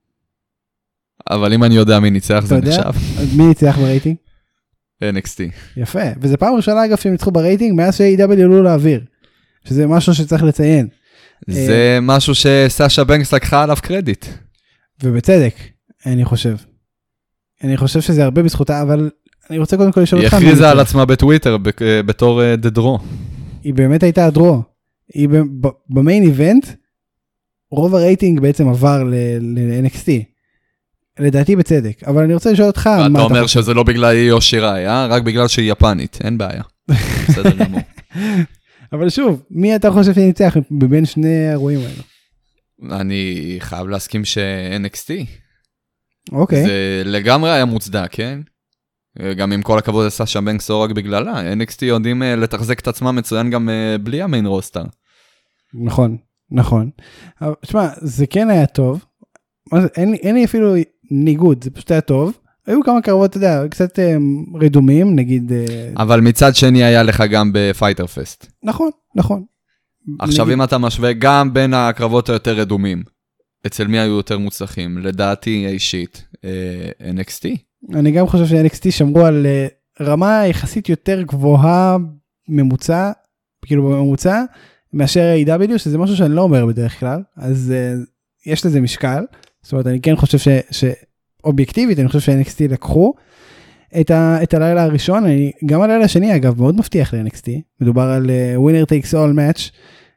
אבל אם אני יודע מי ניצח, זה נחשב. אז מי ניצח ברייטינג? NXT. יפה, וזה פעם ראשונה אגב שהם ניצחו ברייטינג, מאז ש-AEW עלו לאוויר, שזה משהו שצריך לציין. זה משהו שסאשה בנקס לקחה עליו קרדיט. ובצדק, אני חושב. אני חושב שזה הרבה בזכותה, אבל אני רוצה קודם כל לשאול אותך. היא הכריזה על עצמה בטוויטר בתור The Draw. היא באמת הייתה הדרו. היא במיין איבנט, רוב הרייטינג בעצם עבר ל-NXT. לדעתי בצדק, אבל אני רוצה לשאול אותך. אתה אומר שזה לא בגלל היא או שיראי, רק בגלל שהיא יפנית, אין בעיה. בסדר גמור. אבל שוב, מי אתה חושב שניצח בבין שני האירועים האלו? אני חייב להסכים ש-NXT. אוקיי. זה לגמרי היה מוצדק, כן? גם עם כל הכבוד לסאשה בנקס לא רק בגללה, NXT יודעים לתחזק את עצמם מצוין גם בלי המיין רוסטר. נכון, נכון. אבל, תשמע, זה כן היה טוב. אין לי אפילו ניגוד, זה פשוט היה טוב. היו כמה קרבות, אתה יודע, קצת רדומים, נגיד... אבל מצד שני היה לך גם בפייטר פסט. נכון, נכון. עכשיו אם אתה משווה גם בין הקרבות היותר רדומים, אצל מי היו יותר מוצלחים? לדעתי האישית, NXT. אני גם חושב ש-NXT שמרו על רמה יחסית יותר גבוהה ממוצע, כאילו בממוצע, מאשר A.W, שזה משהו שאני לא אומר בדרך כלל, אז יש לזה משקל, זאת אומרת, אני כן חושב שאובייקטיבית, אני חושב ש-NXT לקחו את הלילה הראשון, גם הלילה השני, אגב, מאוד מבטיח ל-NXT, מדובר על winner takes all match,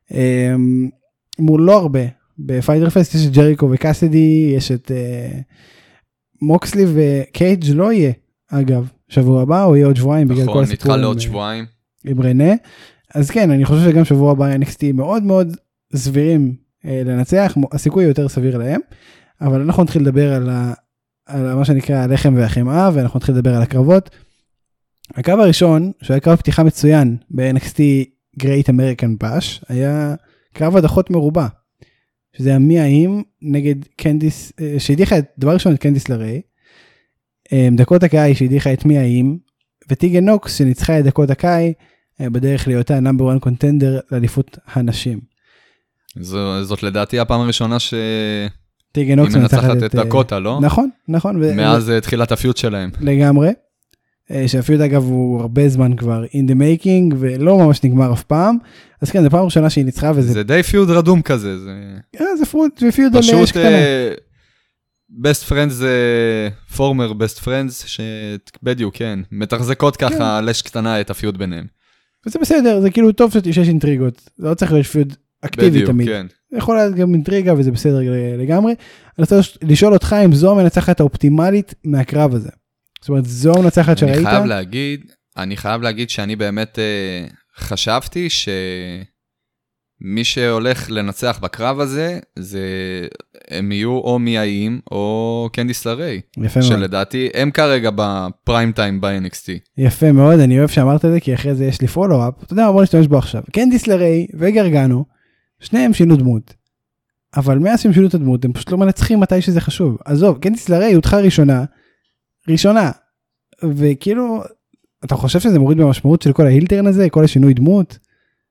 מול לא הרבה, בפייטר פסט יש את ג'ריקו וקאסדי, יש את מוקסלי וקייג' לא יהיה, אגב, שבוע הבא, או יהיה עוד שבועיים, בגלל כל הסיפור. נדחה לעוד שבועיים. עם רנה, אז כן, אני חושב שגם שבוע הבא NXT מאוד מאוד סבירים לנצח, הסיכוי יותר סביר להם, אבל אנחנו נתחיל לדבר על מה שנקרא הלחם והחמאה, ואנחנו נתחיל לדבר על הקרבות. הקרב הראשון, שהיה קרב פתיחה מצוין ב-NXT Great American Bash, היה קרב הדחות מרובה, שזה היה מי האם נגד קנדיס, שהדיחה דבר ראשון את קנדיס לריי, דקות הקאי שהדיחה את מי האם, וטיגן נוקס שניצחה את דקות הקאי, בדרך להיותה נאמבר 1 קונטנדר לאליפות הנשים. זאת לדעתי הפעם הראשונה טיגן נוקס מנצחת את דקוטה, לא? נכון, נכון. מאז תחילת הפיוט שלהם. לגמרי. שהפיוט אגב הוא הרבה זמן כבר in the making, ולא ממש נגמר אף פעם. אז כן, זו פעם ראשונה שהיא ניצחה, וזה... זה די פיוט רדום כזה. זה פיוט על אש קטנה. best friends זה former best friends, שבדיוק, כן, מתחזקות ככה על אש קטנה את הפיוט ביניהם. וזה בסדר, זה כאילו טוב שיש אינטריגות. זה לא צריך להיות פיוט אקטיבי תמיד. כן. יכול להיות גם אינטריגה, וזה בסדר לגמרי. אני רוצה לשאול אותך אם זו המנצחת האופטימלית מהקרב הזה. זאת אומרת, זו המנצחת שראית? אני חייב להגיד שאני באמת חשבתי שמי שהולך לנצח בקרב הזה, הם יהיו או מיאים או קנדיס לריי. יפה מאוד. שלדעתי הם כרגע בפריים טיים ב-NXT. יפה מאוד, אני אוהב שאמרת את זה, כי אחרי זה יש לי פולו-אפ. אתה יודע, בוא נשתמש בו עכשיו. קנדיס לריי וגרגנו, שניהם שינו דמות. אבל מאז שהם שינו את הדמות, הם פשוט לא מנצחים מתי שזה חשוב. עזוב, קנדיס לריי הודחה ראשונה, וכאילו, אתה חושב שזה מוריד במשמעות של כל ההילטרן הזה, כל השינוי דמות?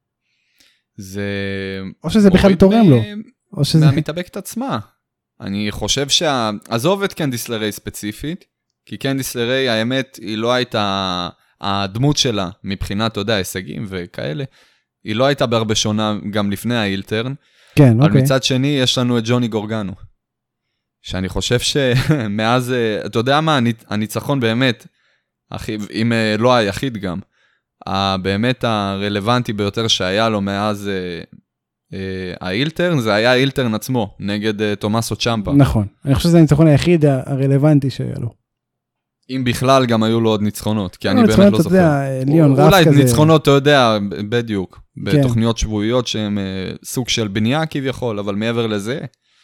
או שזה בכלל תורם לו. מהמתאבקת עצמה. אני חושב עזוב את קנדיס לריי ספציפית, כי קנדיס לריי, האמת, היא לא הייתה, הדמות שלה, מבחינת, אתה יודע, הישגים וכאלה, היא לא הייתה בהרבה שונה גם לפני ההילטרן. כן, אוקיי. אבל מצד שני, יש לנו את ג'וני גורגנו. שאני חושב שמאז, אתה יודע מה, הניצחון באמת, אם לא היחיד גם, באמת הרלוונטי ביותר שהיה לו מאז האילטרן, זה היה האילטרן עצמו, נגד תומאסו צ'מפה. נכון, אני חושב שזה הניצחון היחיד הרלוונטי שהיה לו. אם בכלל גם היו לו עוד ניצחונות, כי אני באמת לא זוכר. אולי ניצחונות, אתה יודע, בדיוק, בתוכניות שבועיות שהן סוג של בנייה כביכול, אבל מעבר לזה,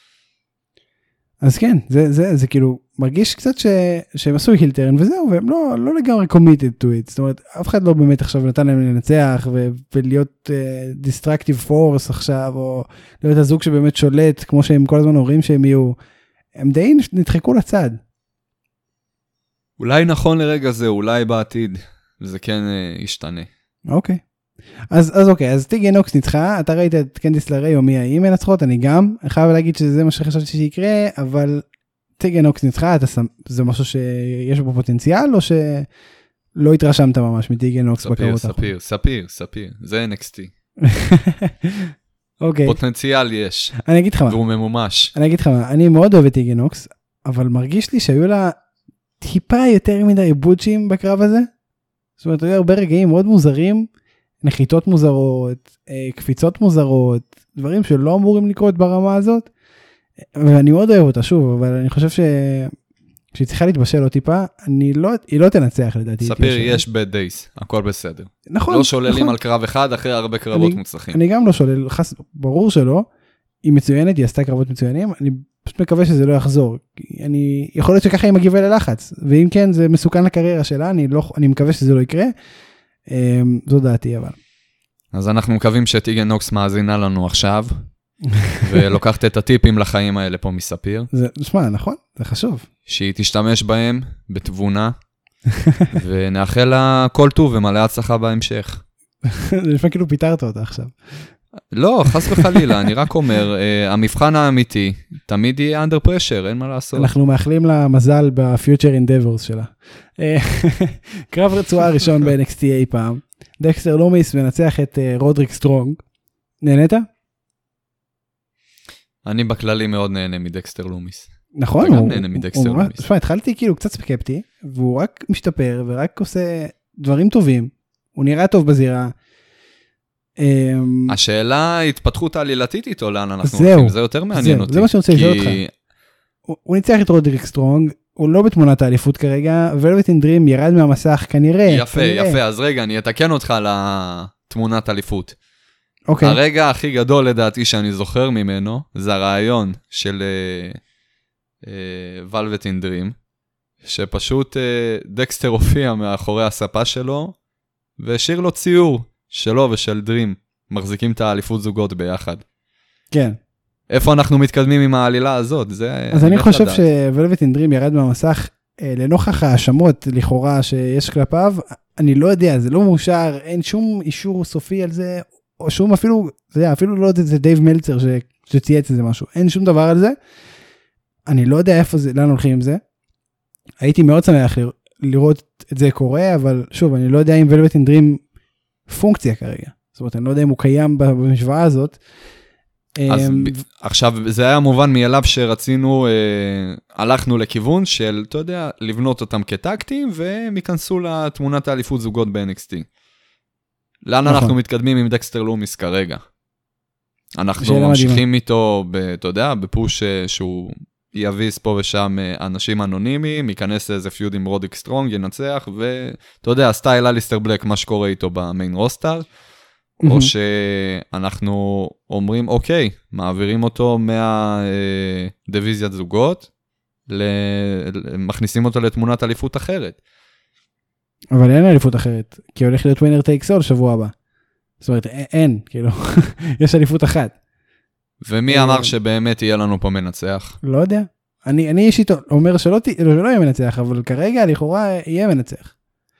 אז כן, זה כאילו מרגיש קצת שהם עשו הילטרן וזהו, והם לא לגמרי committed to it, זאת אומרת, אף אחד לא באמת עכשיו נתן להם לנצח ולהיות destructive force עכשיו, או להיות הזוג שבאמת שולט, כמו שהם כל הזמן אומרים שהם יהיו, הם די נדחקו לצד. אולי נכון לרגע זה, אולי בעתיד, זה כן ישתנה. אוקיי. אז אוקיי, אז טיגן נוקס ניצחה, אתה ראית את קנדיס לריי או מי האם מנצחות, אני גם, אני חייב להגיד שזה מה שחשבתי שיקרה, אבל טיגן נוקס ניצחה, זה משהו שיש בו פוטנציאל, או שלא התרשמת ממש מטיגן נוקס בקרבות האחרונות? ספיר, זה NXT. אוקיי. פוטנציאל יש. אני אגיד לך מה. והוא ממומש. אני אגיד לך מה, אני מאוד אוהב את טיגן נוקס, אבל מרגיש לי שהיו לה טיפה יותר מדי בוצ'ים בקרב הזה, זאת אומרת, היו הרבה רגעים מאוד מוזרים, נחיתות מוזרות, קפיצות מוזרות, דברים שלא אמורים לקרות ברמה הזאת, ואני מאוד אוהב אותה שוב, אבל אני חושב שהיא צריכה להתבשל לו טיפה, היא לא תנצח לדעתי. ספיר, יש bad days, הכל בסדר. נכון. לא שוללים על קרב אחד אחרי הרבה קרבות מוצלחים. אני גם לא שולל, ברור שלא, היא מצוינת, היא עשתה קרבות מצוינים, אני פשוט מקווה שזה לא יחזור. יכול להיות שככה היא מגיבה ללחץ, ואם כן, זה מסוכן לקריירה שלה, אני מקווה שזה לא יקרה, זו דעתי אבל. אז אנחנו מקווים שטיגן נוקס מאזינה לנו עכשיו, ולוקחת את הטיפים לחיים האלה פה מספיר. זה, נשמע, נכון? זה חשוב. שהיא תשתמש בהם בתבונה, ונאחל לה כל טוב ומלא הצלחה בהמשך. זה נשמע כאילו פיתרת אותה עכשיו. לא, חס וחלילה, אני רק אומר, המבחן האמיתי, תמיד יהיה under pressure, אין מה לעשות. אנחנו מאחלים לה מזל בפיוטר אינדברס שלה. קרב רצועה ראשון ב-NXT אי פעם, דקסטר לומיס מנצח את רודריק סטרונג. נהנית? אני בכללי מאוד נהנה מדקסטר לומיס. נכון. אתה גם נהנה מדקסטר לומיס. תשמע, התחלתי כאילו קצת ספקפטי, והוא רק משתפר ורק עושה דברים טובים. הוא נראה טוב בזירה. השאלה התפתחות העלילתית איתו, לאן אנחנו הולכים, זה יותר מעניין אותי. זה מה שאני רוצה לשאול אותך. הוא ניצח את רודריק סטרונג, הוא לא בתמונת האליפות כרגע, ולווט אין דרים ירד מהמסך כנראה. יפה, אז רגע, אני אתקן אותך על תמונת האליפות. אוקיי. הרגע הכי גדול לדעתי שאני זוכר ממנו, זה הרעיון של ולווט אין דרים, שפשוט דקסטר הופיע מאחורי הספה שלו, והשאיר לו ציור שלו ושל דרים, מחזיקים את האליפות זוגות ביחד. כן. איפה אנחנו מתקדמים עם העלילה הזאת? אז אני חושב שוולווט אין דרים ירד מהמסך, לנוכח האשמות לכאורה שיש כלפיו, אני לא יודע, זה לא מאושר, אין שום אישור סופי על זה, או שום אפילו, אפילו לא יודע, זה דייב מלצר שצייץ איזה משהו, אין שום דבר על זה, אני לא יודע איפה זה, לאן הולכים עם זה, הייתי מאוד שמח לראות את זה קורה, אבל שוב, אני לא יודע אם ולווט אין דרים פונקציה כרגע, זאת אומרת, אני לא יודע אם הוא קיים במשוואה הזאת. אז עכשיו, זה היה מובן מאליו שרצינו, הלכנו לכיוון של, אתה יודע, לבנות אותם כטקטים, והם ייכנסו לתמונת האליפות זוגות ב-NXT. לאן אנחנו מתקדמים עם דקסטר לומיס כרגע? אנחנו ממשיכים איתו, אתה יודע, בפוש שהוא יביס פה ושם אנשים אנונימיים, ייכנס לאיזה פיוד עם רודריק סטרונג, ינצח, ואתה יודע, סטייל אליסטר בלק, מה שקורה איתו במיין רוסטר, או שאנחנו אומרים, אוקיי, מעבירים אותו מהדיוויזיית זוגות, מכניסים אותו לתמונת אליפות אחרת. אבל אין אליפות אחרת, כי הולך להיות ווינר טייקס אול שבוע הבא. זאת אומרת, אין, כאילו, יש אליפות אחת. ומי אמר שבאמת יהיה לנו פה מנצח? לא יודע. אני אישית אומר שלא יהיה מנצח, אבל כרגע לכאורה יהיה מנצח.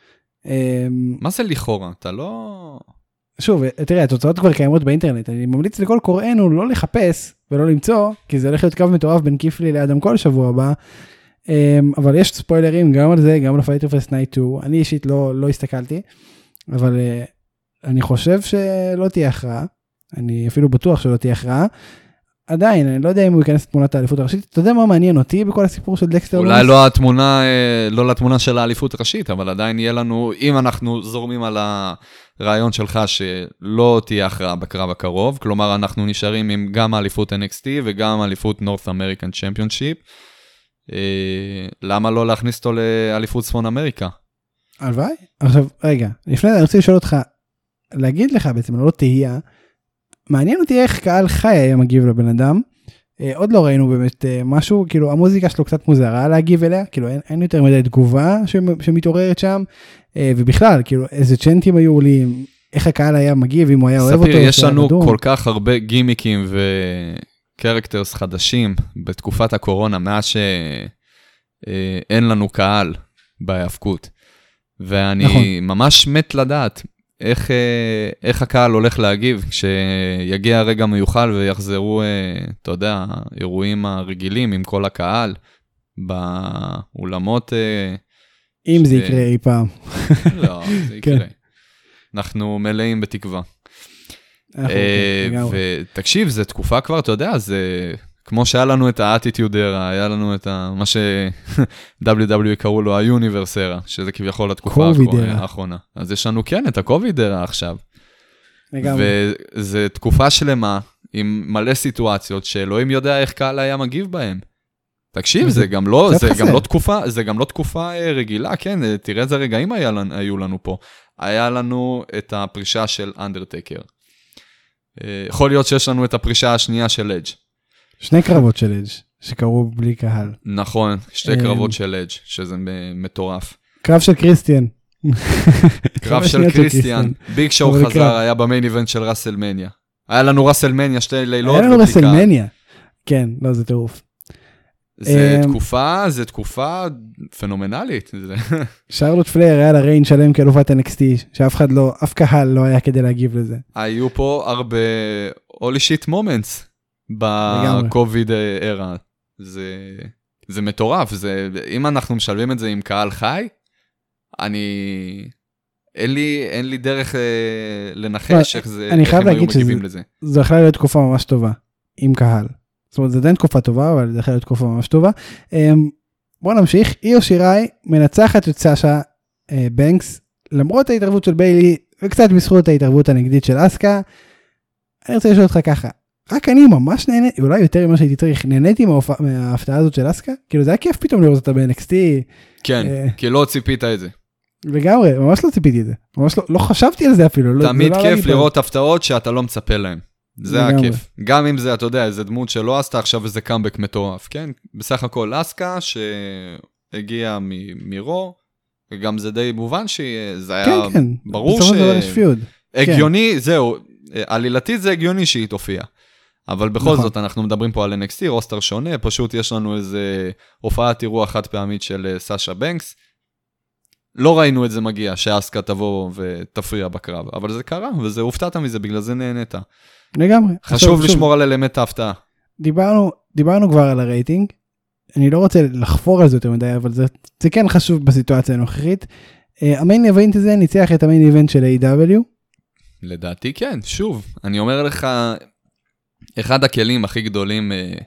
מה זה לכאורה? אתה לא... שוב, תראה, התוצאות כבר קיימות באינטרנט, אני ממליץ לכל קוראינו לא לחפש ולא למצוא, כי זה הולך להיות קו מטורף בין קיפלי לאדם כל שבוע הבא, אבל יש ספוילרים גם על זה, גם לפייטר פסט נייט 2, אני אישית לא הסתכלתי, אבל אני חושב שלא תהיה הכרעה, אני אפילו בטוח שלא תהיה הכרעה, עדיין, אני לא יודע אם הוא ייכנס לתמונת האליפות הראשית, אתה יודע מה מעניין אותי בכל הסיפור של דקסטר לומיס? אולי לא לתמונה של האליפות הראשית, אבל עדיין יהיה לנו, אם אנחנו זורמים על הרעיון שלך שלא תהיה הכרעה בקרב הקרוב, כלומר אנחנו נשארים עם גם האליפות NXT וגם האליפות North American Championship, למה לא להכניס אותו לאליפות צפון אמריקה? הלוואי. עכשיו, רגע, לפני זה אני רוצה לשאול אותך, להגיד לך בעצם, לא תהיה, מעניין אותי איך קהל חי היה מגיב לבן אדם, עוד לא ראינו באמת משהו, כאילו המוזיקה שלו קצת מוזרה להגיב אליה, כאילו אין יותר מדי תגובה שמתעוררת שם, ובכלל, כאילו איזה צ'נטים היו עולים, איך הקהל היה מגיב, אם הוא היה אוהב אותו. ספיר, יש לנו כל כך הרבה גימיקים וקרקטרס חדשים בתקופת הקורונה, מאז שאין לנו קהל בהיאבקות, ואני ממש מת לדעת, איך הקהל הולך להגיב כשיגיע הרגע מיוחל ויחזרו, אתה יודע, אירועים הרגילים עם כל הקהל באולמות. אם זה יקרה אי פעם. לא, זה יקרה. אנחנו מלאים בתקווה. ותקשיב, זו תקופה כבר, אתה יודע, זה כמו שהיה לנו את ה-Attitude Era, היה לנו את מה ש-WWE קראו לו ה-Universe Era, שזה כביכול התקופה האחרונה. אז יש לנו כן את ה-COVID Era עכשיו. וזו תקופה שלמה, עם מלא סיטואציות, שאלוהים יודע איך קהל היה מגיב בהם. תקשיב, זה גם לא תקופה רגילה, כן, תראה איזה רגעים היו לנו פה. היה לנו את הפרישה של אנדרטקר. יכול להיות שיש לנו את הפרישה השנייה של אדג'. 2 קרבות של אדג' שקרו בלי קהל. נכון, 2 קרבות של אדג' שזה מטורף. קרב של קריסטיאן. קרב של קריסטיאן. ביג שואו חזר, היה במיין איבנט של רסלמניה. היה לנו רסלמניה 2 לילות. היה לנו רסלמניה. כן, לא, זה טירוף. זה תקופה פנומנלית. שרלוט פלר היה לה ריין שלם כאלופת NXT, שאף קהל לא היה כדי להגיב לזה. היו פה הרבה holy shit moments בקוביד era. זה מטורף. אם אנחנו משלבים את זה עם קהל חי, אין לי דרך לנחש איך הם היו מגיבים לזה. זו יכולה להיות תקופה ממש טובה, עם קהל. זאת אומרת, זה עדיין תקופה טובה, אבל זה יכולה להיות תקופה ממש טובה. בואו נמשיך. איו שיראי מנצחת את סאשה בנקס, למרות ההתערבות של ביילי, וקצת בזכות ההתערבות הנגדית של אסקה. אני רוצה לשאול אותך ככה, רק אני ממש נהנה, אולי יותר ממה שהייתי צריך, נהניתי מההפתעה הזאת של אסקה? כאילו זה היה כיף פתאום לראות אותה ב-NXT. כן, כי לא ציפית את זה. לגמרי, ממש לא ציפיתי את זה. ממש לא חשבתי על זה אפילו. תמיד כיף לראות הפתעות שאתה לא מצפה להן. זה הכיף. גם אם זה, אתה יודע, איזה דמות שלא עשתה עכשיו איזה קאמבק מטורף, כן? בסך הכל אסקה שהגיעה מרו, וגם זה די מובן שזה היה ברור הגיוני, זהו, עלילתית זה הגיוני שהיא תופיע. אבל בכל זאת אנחנו מדברים פה על NXT, רוסטר שונה, פשוט יש לנו איזה הופעת אירוע חד פעמית של סאשה בנקס, לא ראינו את זה מגיע, שאסקה תבוא ותפריע בקרב, אבל זה קרה, וזה הופתעת מזה, בגלל זה נהנית. לגמרי. חשוב לשמור על אלמנט ההפתעה. דיברנו כבר על הרייטינג, אני לא רוצה לחפור על זה יותר מדי, אבל זה כן חשוב בסיטואציה הנוכחית. המיין איבנט הזה ניצח את המיין איבנט של A.W. לדעתי כן, שוב, אני אומר לך, אחד הכלים הכי גדולים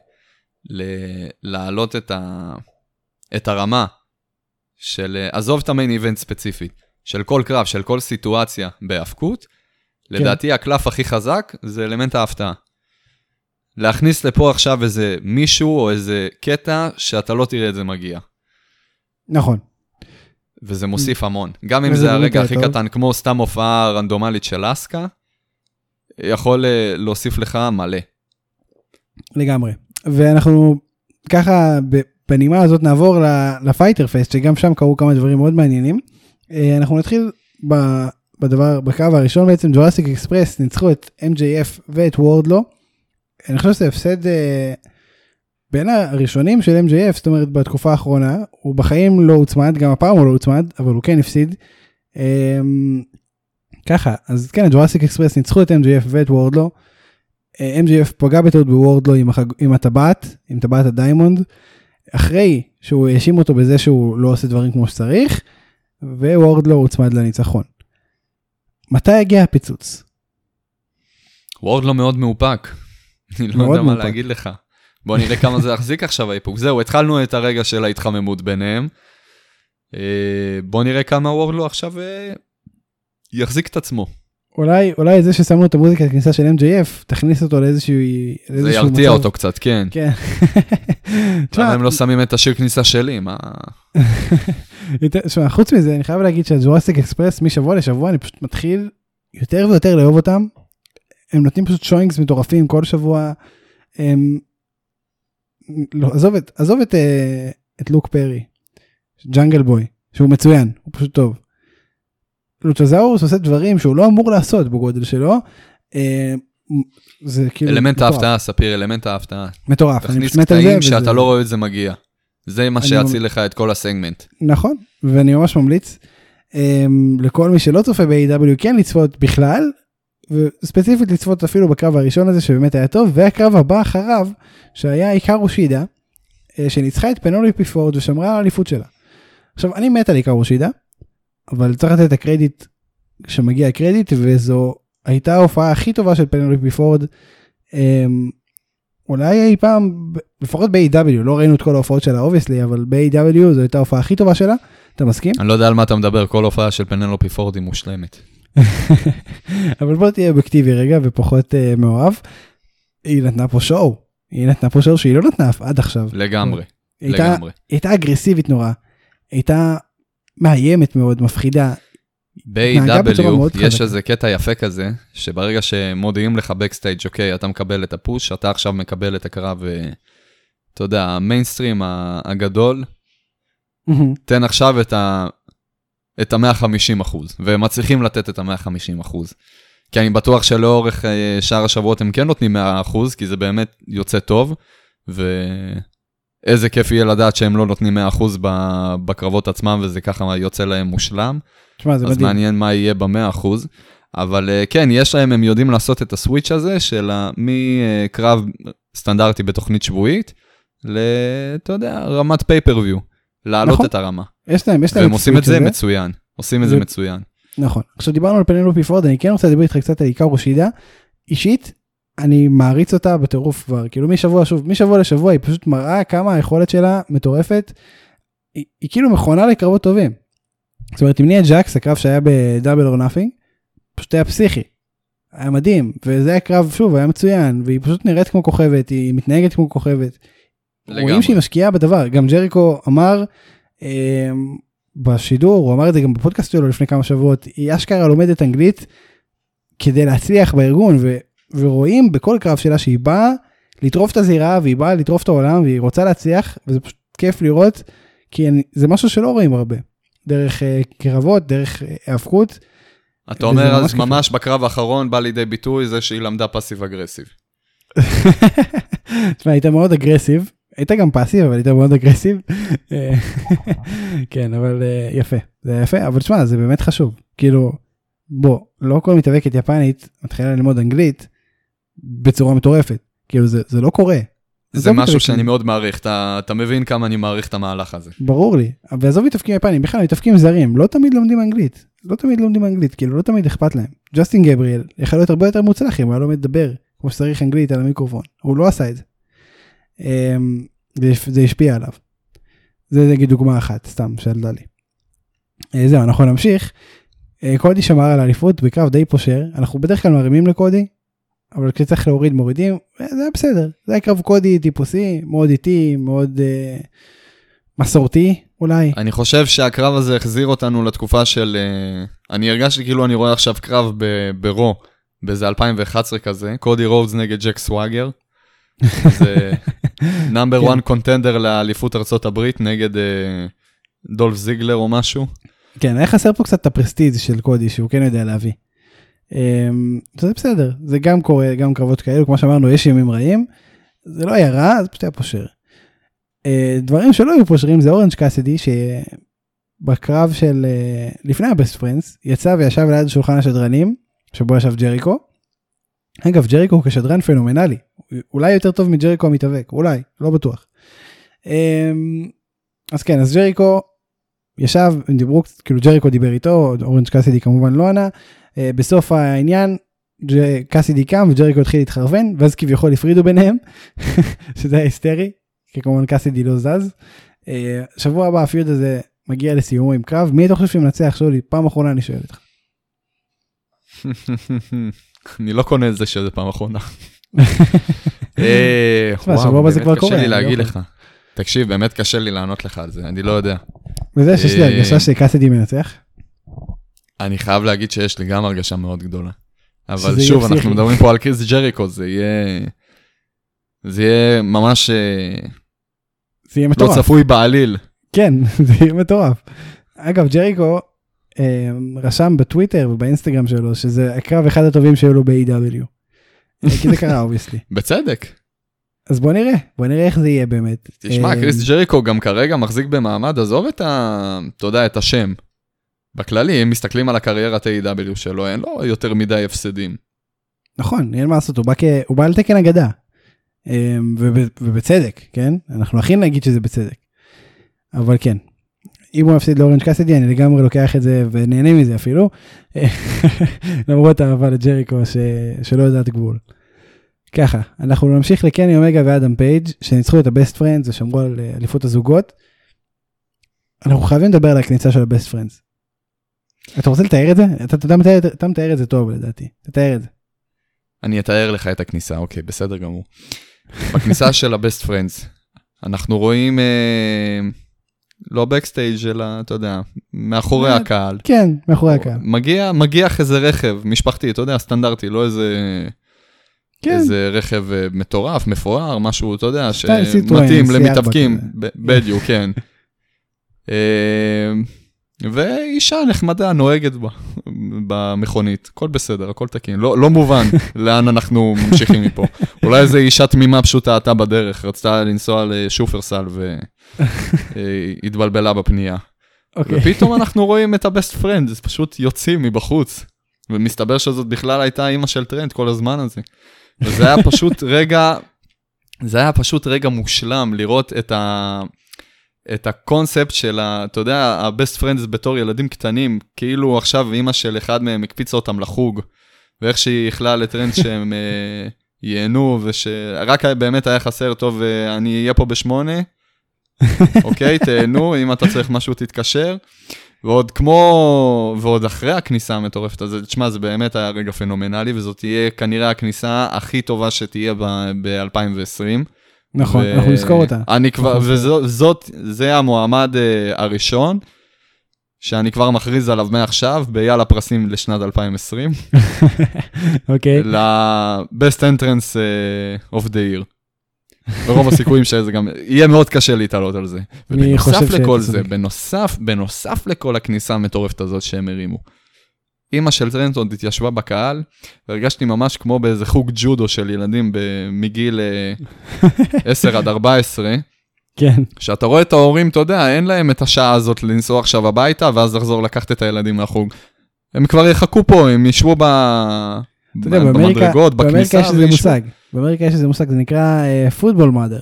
להעלות את הרמה, של עזוב את המיין איבנט ספציפית, של כל קרב, של כל סיטואציה בהפקות, לדעתי הקלף הכי חזק זה אלמנט ההפתעה. להכניס לפה עכשיו איזה מישהו או איזה קטע שאתה לא תראה את זה מגיע. נכון. וזה מוסיף המון. גם אם זה הרגע הכי קטן, כמו סתם הופעה רנדומלית של אסקה, יכול להוסיף לך מלא. לגמרי. ואנחנו ככה בנימה הזאת נעבור לפייטר פסט, שגם שם קרו כמה דברים מאוד מעניינים. אנחנו נתחיל בקרב הראשון בעצם, ג'ורסיק אקספרס ניצחו את MJF ואת וורדלו. אני חושב שזה הפסד בין הראשונים של MJF, זאת אומרת בתקופה האחרונה, הוא בחיים לא הוצמד, גם הפעם הוא לא הוצמד, אבל הוא כן הפסיד. ככה, אז כן, ג'ורסיק אקספרס ניצחו את MJF ואת וורדלו. MJF פגע בטעות בוורדלו עם הטבעת, עם טבעת הדיימונד, אחרי שהוא האשים אותו בזה שהוא לא עושה דברים כמו שצריך, ווורדלו הוצמד לניצחון. מתי הגיע הפיצוץ? וורדלו מאוד מאופק. אני לא יודע מה להגיד לך. בוא נראה כמה זה יחזיק עכשיו האיפוק. זהו, התחלנו את הרגע של ההתחממות ביניהם. בוא נראה כמה וורדלו עכשיו יחזיק את עצמו. אולי זה ששמנו את המוזיקה הכניסה של MJF, תכניס אותו לאיזשהו זה ירתיע אותו קצת, כן. כן. למה הם לא שמים את השיר כניסה שלי, מה? חוץ מזה, אני חייב להגיד שהג'ורסיק אקספרס משבוע לשבוע, אני פשוט מתחיל יותר ויותר לאהוב אותם. הם נותנים פשוט שוינגס מטורפים כל שבוע. עזוב את לוק פרי, ג'אנגל בוי, שהוא מצוין, הוא פשוט טוב. לוצ'זאורוס עושה דברים שהוא לא אמור לעשות בגודל שלו. זה כאילו אלמנט ההפתעה, ספיר, אלמנט ההפתעה. מטורף. תכניס קטעים שאתה לא רואה את זה מגיע. זה מה שיציל לך את כל הסגמנט. נכון, ואני ממש ממליץ לכל מי שלא צופה ב-AW כן לצפות בכלל, וספציפית לצפות אפילו בקרב הראשון הזה שבאמת היה טוב, והקרב הבא אחריו שהיה היקרו שידה, שניצחה את פנלופי פורד ושמרה על האליפות שלה. עכשיו אני מת על היקרו שידה, אבל צריך לתת את הקרדיט שמגיע הקרדיט, וזו הייתה ההופעה הכי טובה של פנלופי פורד, אולי אי פעם, לפחות ב-AW, לא ראינו את כל ההופעות שלה, obviously, אבל ב-AW זו הייתה ההופעה הכי טובה שלה, אתה מסכים? אני לא יודע על מה אתה מדבר, כל הופעה של פנלופי פורד היא מושלמת. אבל בוא תהיה אובייקטיבי רגע, ופחות מאוהב, היא נתנה פה שואו, שהיא לא נתנה עד עכשיו. לגמרי. הייתה אגרסיבית נורא, הייתה מאיימת מאוד, מפחידה, ב-AW יש איזה קטע יפה כזה, שברגע שמודיעים לך בקסטייג' אוקיי, אתה מקבל את הפוש, אתה עכשיו מקבל את הקרב, אתה יודע, המיינסטרים הגדול, תן עכשיו את ה-150%, והם מצליחים לתת את ה-150%. כי אני בטוח שלאורך שאר השבועות הם כן נותנים 100%, כי זה באמת יוצא טוב, ואיזה כיף יהיה לדעת שהם לא נותנים 100% בקרבות עצמם, וזה ככה יוצא להם מושלם. אז מדהים. מעניין מה יהיה ב-100%. אבל כן, יש להם, הם יודעים לעשות את הסוויץ' הזה, של מקרב סטנדרטי בתוכנית שבועית, אתה יודע, רמת פייפריוויו, להעלות את הרמה. יש להם והם עושים את זה מצוין. עושים את זה מצוין. נכון. עכשיו דיברנו על פנלופי פורד, אני כן רוצה לדבר איתך קצת על היקרו שידה. אישית, אני מעריץ אותה בטירוף כבר, כאילו משבוע לשבוע, היא פשוט מראה כמה היכולת שלה מטורפת, היא כאילו מכונה לקרבות טובים. זאת אומרת, אם נהיה ג'קס, הקרב שהיה בדאבל אור נאפינג, פשוט היה פסיכי. היה מדהים, וזה היה קרב, שוב, היה מצוין, והיא פשוט נראית כמו כוכבת, היא מתנהגת כמו כוכבת. רואים שהיא משקיעה בדבר, גם ג'ריקו אמר, בשידור, הוא אמר את זה גם בפודקאסט שלו לפני כמה שבועות, היא אשכרה לומדת אנגלית, כדי להצליח בארגון, ורואים בכל קרב שלה שהיא באה לטרוף את הזירה, והיא באה לטרוף את העולם, והיא רוצה להצליח, וזה פשוט כיף לראות, כי זה משהו שלא רואים הרבה. דרך קרבות, דרך האבקות. אתה אומר, אז ממש בקרב האחרון בא לידי ביטוי זה שהיא למדה פאסיב אגרסיב. תשמע, הייתה מאוד אגרסיב, הייתה גם פאסיב, אבל הייתה מאוד אגרסיב. כן, אבל יפה, זה יפה, אבל תשמע, זה באמת חשוב. כאילו, בוא, לא כל מתאבקת יפנית מתחילה ללמוד אנגלית בצורה מטורפת. כאילו, זה לא קורה. זה משהו שאני מאוד מעריך, אתה מבין כמה אני מעריך את המהלך הזה. ברור לי, ועזוב מתאבקים יפנים, בכלל מתאבקים זרים, לא תמיד לומדים אנגלית, כאילו לא תמיד אכפת להם. ג'סטין גבריאל יכול להיות הרבה יותר מוצלח, אם הוא לא מדבר, כמו שצריך אנגלית על המיקרופון, הוא לא עשה את זה. זה השפיע עליו. זה נגיד דוגמה אחת, סתם, שעלתה לי. זהו, אנחנו נמשיך. קודי שמר על האליפות בקרב די פושר, אנחנו בדרך כלל מרימים לקודי, אבל כשצריך להוריד מורידים, זה היה בסדר. זה היה קרב קודי טיפוסי, מאוד איטי, מאוד מסורתי אולי. אני חושב שהקרב הזה החזיר אותנו לתקופה של, אני הרגשתי כאילו אני רואה עכשיו קרב ברו, באיזה 2011 כזה, קודי רודס נגד ג'ק סוואגר. זה נאמבר 1 קונטנדר לאליפות ארצות הברית נגד דולף זיגלר או משהו. כן, היה חסר פה קצת את הפרסטיז של קודי, שהוא כן יודע להביא. זה בסדר, זה גם קורה, גם קרבות כאלו, כמו שאמרנו, יש ימים רעים, זה לא היה רע, זה פשוט היה פושר. דברים שלא היו פושרים, זה אורנג' קאסידי, שבקרב של, לפני הבסט פרנדס, יצא וישב ליד שולחן השדרנים, שבו ישב ג'ריקו. אגב, ג'ריקו כשדרן פנומנלי, אולי יותר טוב מג'ריקו המתאבק, אולי, לא בטוח. אז כן, אז ג'ריקו ישב, הם דיברו, כאילו ג'ריקו דיבר איתו, אורנג' קאסידי כמובן לא ענה, בסוף העניין, קאסידי קם וג'ריקו התחיל להתחרבן, ואז כביכול הפרידו ביניהם, שזה היה היסטרי, כי כמובן קאסידי לא זז. שבוע הבא הפיוד הזה מגיע לסיומו עם קרב, מי אתה חושב שמנצח? שאולי, פעם אחרונה אני שואל אותך. אני לא קונה את זה שזה פעם אחרונה. שבוע הבא זה כבר קורה. קשה לי להגיד לך. תקשיב, באמת קשה לי לענות לך על זה, אני לא יודע. וזה שיש לי הרגשה שקאסידי מנצח? אני חייב להגיד שיש לי גם הרגשה מאוד גדולה. אבל שוב, אנחנו מדברים פה על קריס ג'ריקו, זה יהיה ממש לא צפוי בעליל. כן, זה יהיה מטורף. אגב, ג'ריקו רשם בטוויטר ובאינסטגרם שלו, שזה הקרב אחד הטובים שהיו לו ב-AW. כי זה קרה, אובייסלי. בצדק. אז בוא נראה איך זה יהיה באמת. תשמע, קריס ג'ריקו גם כרגע מחזיק במעמד, עזוב אתה יודע, את השם. בכללי, אם מסתכלים על הקריירת A.W. שלו, אין לו יותר מדי הפסדים. נכון, אין מה לעשות, הוא בא על תקן אגדה. ובצדק, כן? אנחנו הכי נגיד שזה בצדק. אבל כן, אם הוא מפסיד לאורנג' קאסידי, אני לגמרי לוקח את זה ונהנה מזה אפילו. למרות האהבה לג'ריקו שלא יודעת גבול. ככה, אנחנו נמשיך לקני אומגה ואדם פייג' שניצחו את הבסט פרנדס ושמרו על אליפות הזוגות. אנחנו חייבים לדבר על הכניסה של הבסט פרנדס. אתה רוצה לתאר את זה? אתה מתאר את זה טוב לדעתי. תתאר את זה. אני אתאר לך את הכניסה, אוקיי, בסדר גמור. בכניסה של הבסט פרנדס, אנחנו רואים לא בקסטייג' אלא, אתה יודע, מאחורי הקהל. כן, מאחורי הקהל. מגיע איזה רכב משפחתי, אתה יודע, סטנדרטי, לא איזה רכב מטורף, מפואר, משהו, אתה יודע, שמתאים למתאבקים. בדיוק, כן. ואישה נחמדה נוהגת במכונית, הכל בסדר, הכל תקין, לא מובן לאן אנחנו ממשיכים מפה. אולי איזו אישה תמימה פשוטה עתה בדרך, רצתה לנסוע לשופרסל והתבלבלה בפנייה. ופתאום אנחנו רואים את הבסט פרנד, זה פשוט יוצאים מבחוץ, ומסתבר שזאת בכלל הייתה אימא של טרנט כל הזמן הזה. וזה היה פשוט רגע מושלם לראות את הקונספט של, אתה יודע, ה-best friends בתור ילדים קטנים, כאילו עכשיו אמא של אחד מהם הקפיצה אותם לחוג, ואיך שהיא יכלה לטרנד שהם ייהנו, ושרק באמת היה חסר טוב, אני אהיה פה ב8, אוקיי, תהנו, אם אתה צריך משהו תתקשר, ועוד אחרי הכניסה המטורפת הזה, תשמע, זה באמת היה רגע פנומנלי, וזאת תהיה כנראה הכניסה הכי טובה שתהיה ב-2020, נכון, אנחנו נזכור אותה. וזה המועמד הראשון, שאני כבר מכריז עליו מעכשיו, ביאללה פרסים לשנת 2020. אוקיי. ל-Best Entrance of the Year. ברוב הסיכויים שזה גם, יהיה מאוד קשה להתעלות על זה. ובנוסף לכל זה, בנוסף לכל הכניסה המטורפת הזאת שהם הרימו, אמא של טרנט עוד התיישבה בקהל, והרגשתי ממש כמו באיזה חוג ג'ודו של ילדים מגיל 10 עד 14. כן. שאתה רואה את ההורים, אתה יודע, אין להם את השעה הזאת לנסוע עכשיו הביתה, ואז לחזור לקחת את הילדים מהחוג. הם כבר יחכו פה, הם ישבו במדרגות, בכניסה. באמריקה יש איזה מושג, זה נקרא פוטבול מאדר.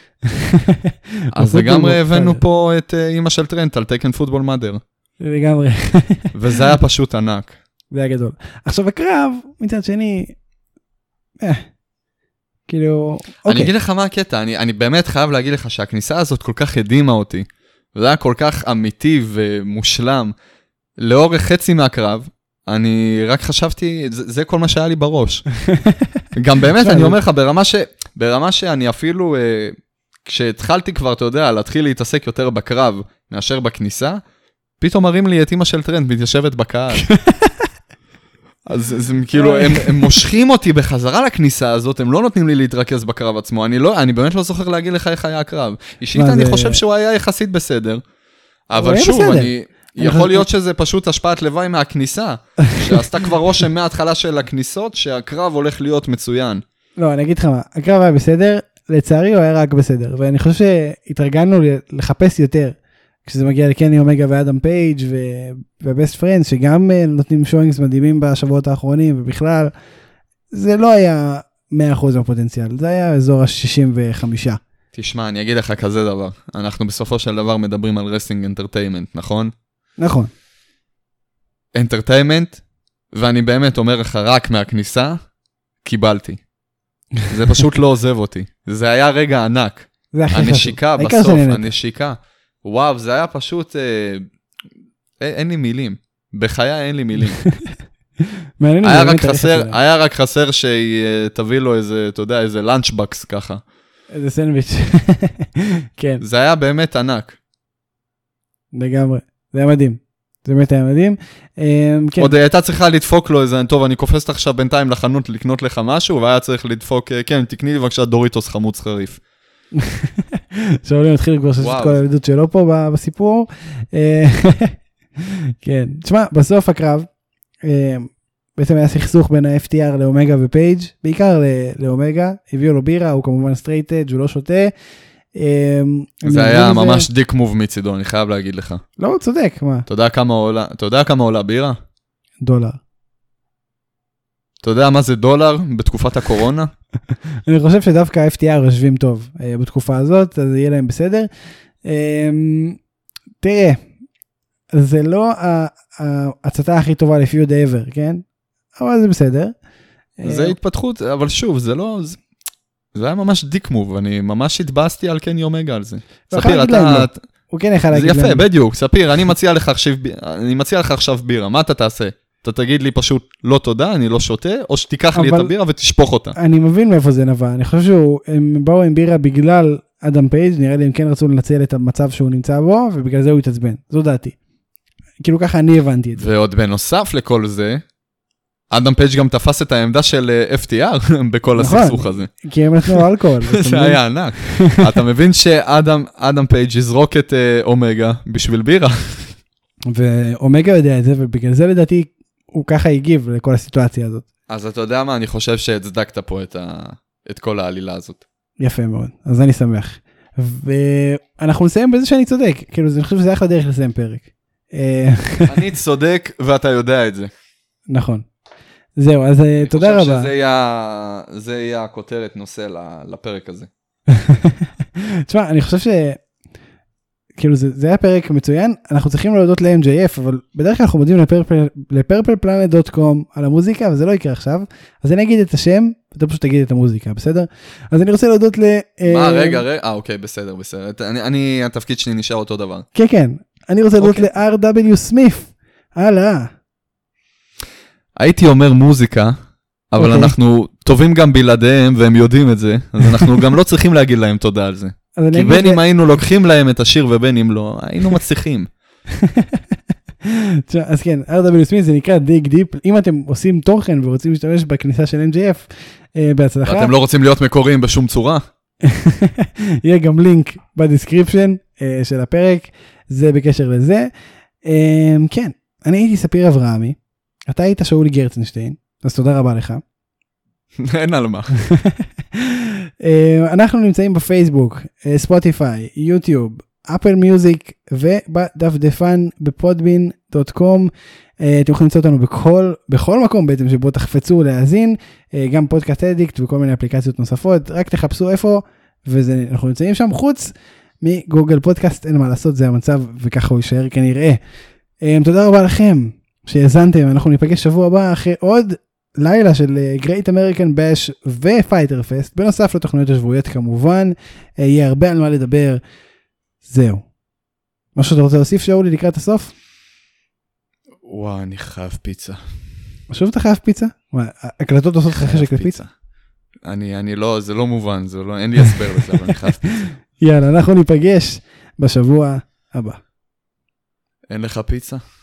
אז לגמרי הבאנו פה את אמא של טרנט על תקן פוטבול מאדר. לגמרי. וזה היה פשוט ענק. זה היה גדול. עכשיו הקרב, מצד שני, כאילו, אני אגיד לך מה הקטע, אני באמת חייב להגיד לך שהכניסה הזאת כל כך הדהימה אותי, וזה היה כל כך אמיתי ומושלם, לאורך חצי מהקרב, אני רק חשבתי, זה כל מה שהיה לי בראש. גם באמת, אני אומר לך, ברמה שאני אפילו, כשהתחלתי כבר, אתה יודע, להתחיל להתעסק יותר בקרב, מאשר בכניסה, פתאום מראים לי את אמא של טרנט מתיישבת בקהל. אז כאילו, הם מושכים אותי בחזרה לכניסה הזאת, הם לא נותנים לי להתרכז בקרב עצמו, אני באמת לא זוכר להגיד לך איך היה הקרב. אישית אני חושב שהוא היה יחסית בסדר, אבל שוב, יכול להיות שזה פשוט השפעת לוואי מהכניסה, שעשתה כבר רושם מההתחלה של הכניסות, שהקרב הולך להיות מצוין. לא, אני אגיד לך מה, הקרב היה בסדר, לצערי הוא היה רק בסדר, ואני חושב שהתרגלנו לחפש יותר, כשזה מגיע לקני אומגה ואדם פייג' ובסט פרנדס, שגם נותנים שואינגס מדהימים בשבועות האחרונים, ובכלל, זה לא היה 100% מהפוטנציאל, זה היה אזור ה-65. תשמע, אני אגיד לך כזה דבר, אנחנו בסופו של דבר מדברים על רסלינג אנטרטיימנט, נכון? נכון. אנטרטיימנט, ואני באמת אומר לך, רק מהכניסה, קיבלתי. זה פשוט לא עוזב אותי. זה היה רגע ענק. הנשיקה בסוף, הנשיקה. וואו, זה היה פשוט, אין לי מילים. בחיי אין לי מילים. היה רק חסר שהיא תביא לו איזה, אתה יודע, איזה לנצ'בקס ככה. איזה סנדוויץ'. כן. זה היה באמת ענק. לגמרי. זה היה מדהים. זה באמת היה מדהים. עוד הייתה צריכה לדפוק לו איזה, טוב, אני קופסת עכשיו בינתיים לחנות לקנות לך משהו, והיה צריך לדפוק, כן, תקני לי בבקשה דוריטוס חמוץ חריף. שאולי מתחיל כבר שיש את כל הילדות שלו פה בסיפור. כן. תשמע, בסוף הקרב, בעצם היה סכסוך בין ה-FTR לאומגה ופייג', בעיקר לאומגה, הביאו לו בירה, הוא כמובן סטרייטג', הוא לא שותה. זה היה ממש דיק מוב מצידו, אני חייב להגיד לך. לא, הוא צודק, מה? אתה יודע כמה עולה בירה? $1. אתה יודע מה זה דולר בתקופת הקורונה? אני חושב שדווקא ה-FTR יושבים טוב בתקופה הזאת, אז יהיה להם בסדר. תראה, זה לא ההצתה הכי טובה לפיוד ever, כן? אבל זה בסדר. זה התפתחות, אבל שוב, זה לא... זה היה ממש דיק מוב, אני ממש התבאסתי על קני אומגה על זה. ספיר, אתה... הוא כן יכול להגיד להם. זה יפה, בדיוק. ספיר, אני מציע לך עכשיו בירה, מה אתה תעשה? אתה תגיד לי פשוט לא תודה, אני לא שותה, או שתיקח לי את הבירה ותשפוך אותה. אני מבין מאיפה זה נבע, אני חושב שהם באו עם בירה בגלל אדם פייג', נראה לי הם כן רצו לנצל את המצב שהוא נמצא בו, ובגלל זה הוא התעצבן. זו דעתי. כאילו ככה אני הבנתי את זה. ועוד בנוסף לכל זה, אדם פייג' גם תפס את העמדה של FTR בכל הסכסוך הזה. כי הם נתנו אלכוהול. זה היה ענק. אתה מבין שאדם פייג' יזרוק את אומגה בשביל בירה. ואומגה יודע את זה, ובגלל זה לדעתי הוא ככה הגיב לכל הסיטואציה הזאת. אז אתה יודע מה, אני חושב שהצדקת פה את כל העלילה הזאת. יפה מאוד, אז אני שמח. ואנחנו נסיים בזה שאני צודק, כאילו אני חושב שזה אחלה דרך לסיים פרק. אני צודק ואתה יודע את זה. נכון. זהו, אז תודה רבה. אני חושב שזה יהיה הכותרת נושא לפרק הזה. תשמע, אני חושב כאילו זה היה פרק מצוין, אנחנו צריכים להודות ל-MJF, אבל בדרך כלל אנחנו מודים ל-purpleplanet.com על המוזיקה, וזה לא יקרה עכשיו, אז אני אגיד את השם, ואתה פשוט תגיד את המוזיקה, בסדר? אז אני רוצה להודות מה, רגע, אוקיי, בסדר. התפקיד שלי נשאר אותו דבר. כן, כן, אני רוצה להודות ל-RW סמיף, הלאה. הייתי אומר מוזיקה, אבל אנחנו טובים גם בלעדיהם, והם יודעים את זה, אז אנחנו גם לא צריכים להגיד להם תודה על זה. כי בין אם היינו לוקחים להם את השיר ובין אם לא, היינו מצליחים. אז כן, RW סמית זה נקרא דיג דיפ, אם אתם עושים תוכן ורוצים להשתמש בכניסה של MJF, בהצלחה. ואתם לא רוצים להיות מקוריים בשום צורה? יהיה גם לינק בדיסקריפשן של הפרק, זה בקשר לזה. כן, אני הייתי ספיר אברהמי, אתה היית שאולי גרצנשטיין, אז תודה רבה לך. אין על מה. אנחנו נמצאים בפייסבוק, ספוטיפיי, יוטיוב, אפל מיוזיק ובדפדפן בפודבין.com. אתם יכולים למצוא אותנו בכל מקום בעצם שבו תחפצו להאזין, גם פודקאסט אדיקט וכל מיני אפליקציות נוספות, רק תחפשו איפה, ואנחנו נמצאים שם חוץ מגוגל פודקאסט, אין מה לעשות, זה המצב וככה הוא יישאר כנראה. תודה רבה לכם שהאזנתם, אנחנו ניפגש שבוע הבא אחרי עוד לילה של Great American Bash ו-Fighter Fest, בנוסף לתוכניות השבועיות כמובן, יהיה הרבה על מה לדבר, זהו. משהו שאתה רוצה להוסיף שאולי לקראת הסוף? וואו, אני חייב פיצה. שוב אתה חייב פיצה? הקלטות עושות לך חשק לפיצה? אני לא, זה לא מובן, אין לי הסבר לזה, אבל אני חייב פיצה. יאללה, אנחנו ניפגש בשבוע הבא. אין לך פיצה?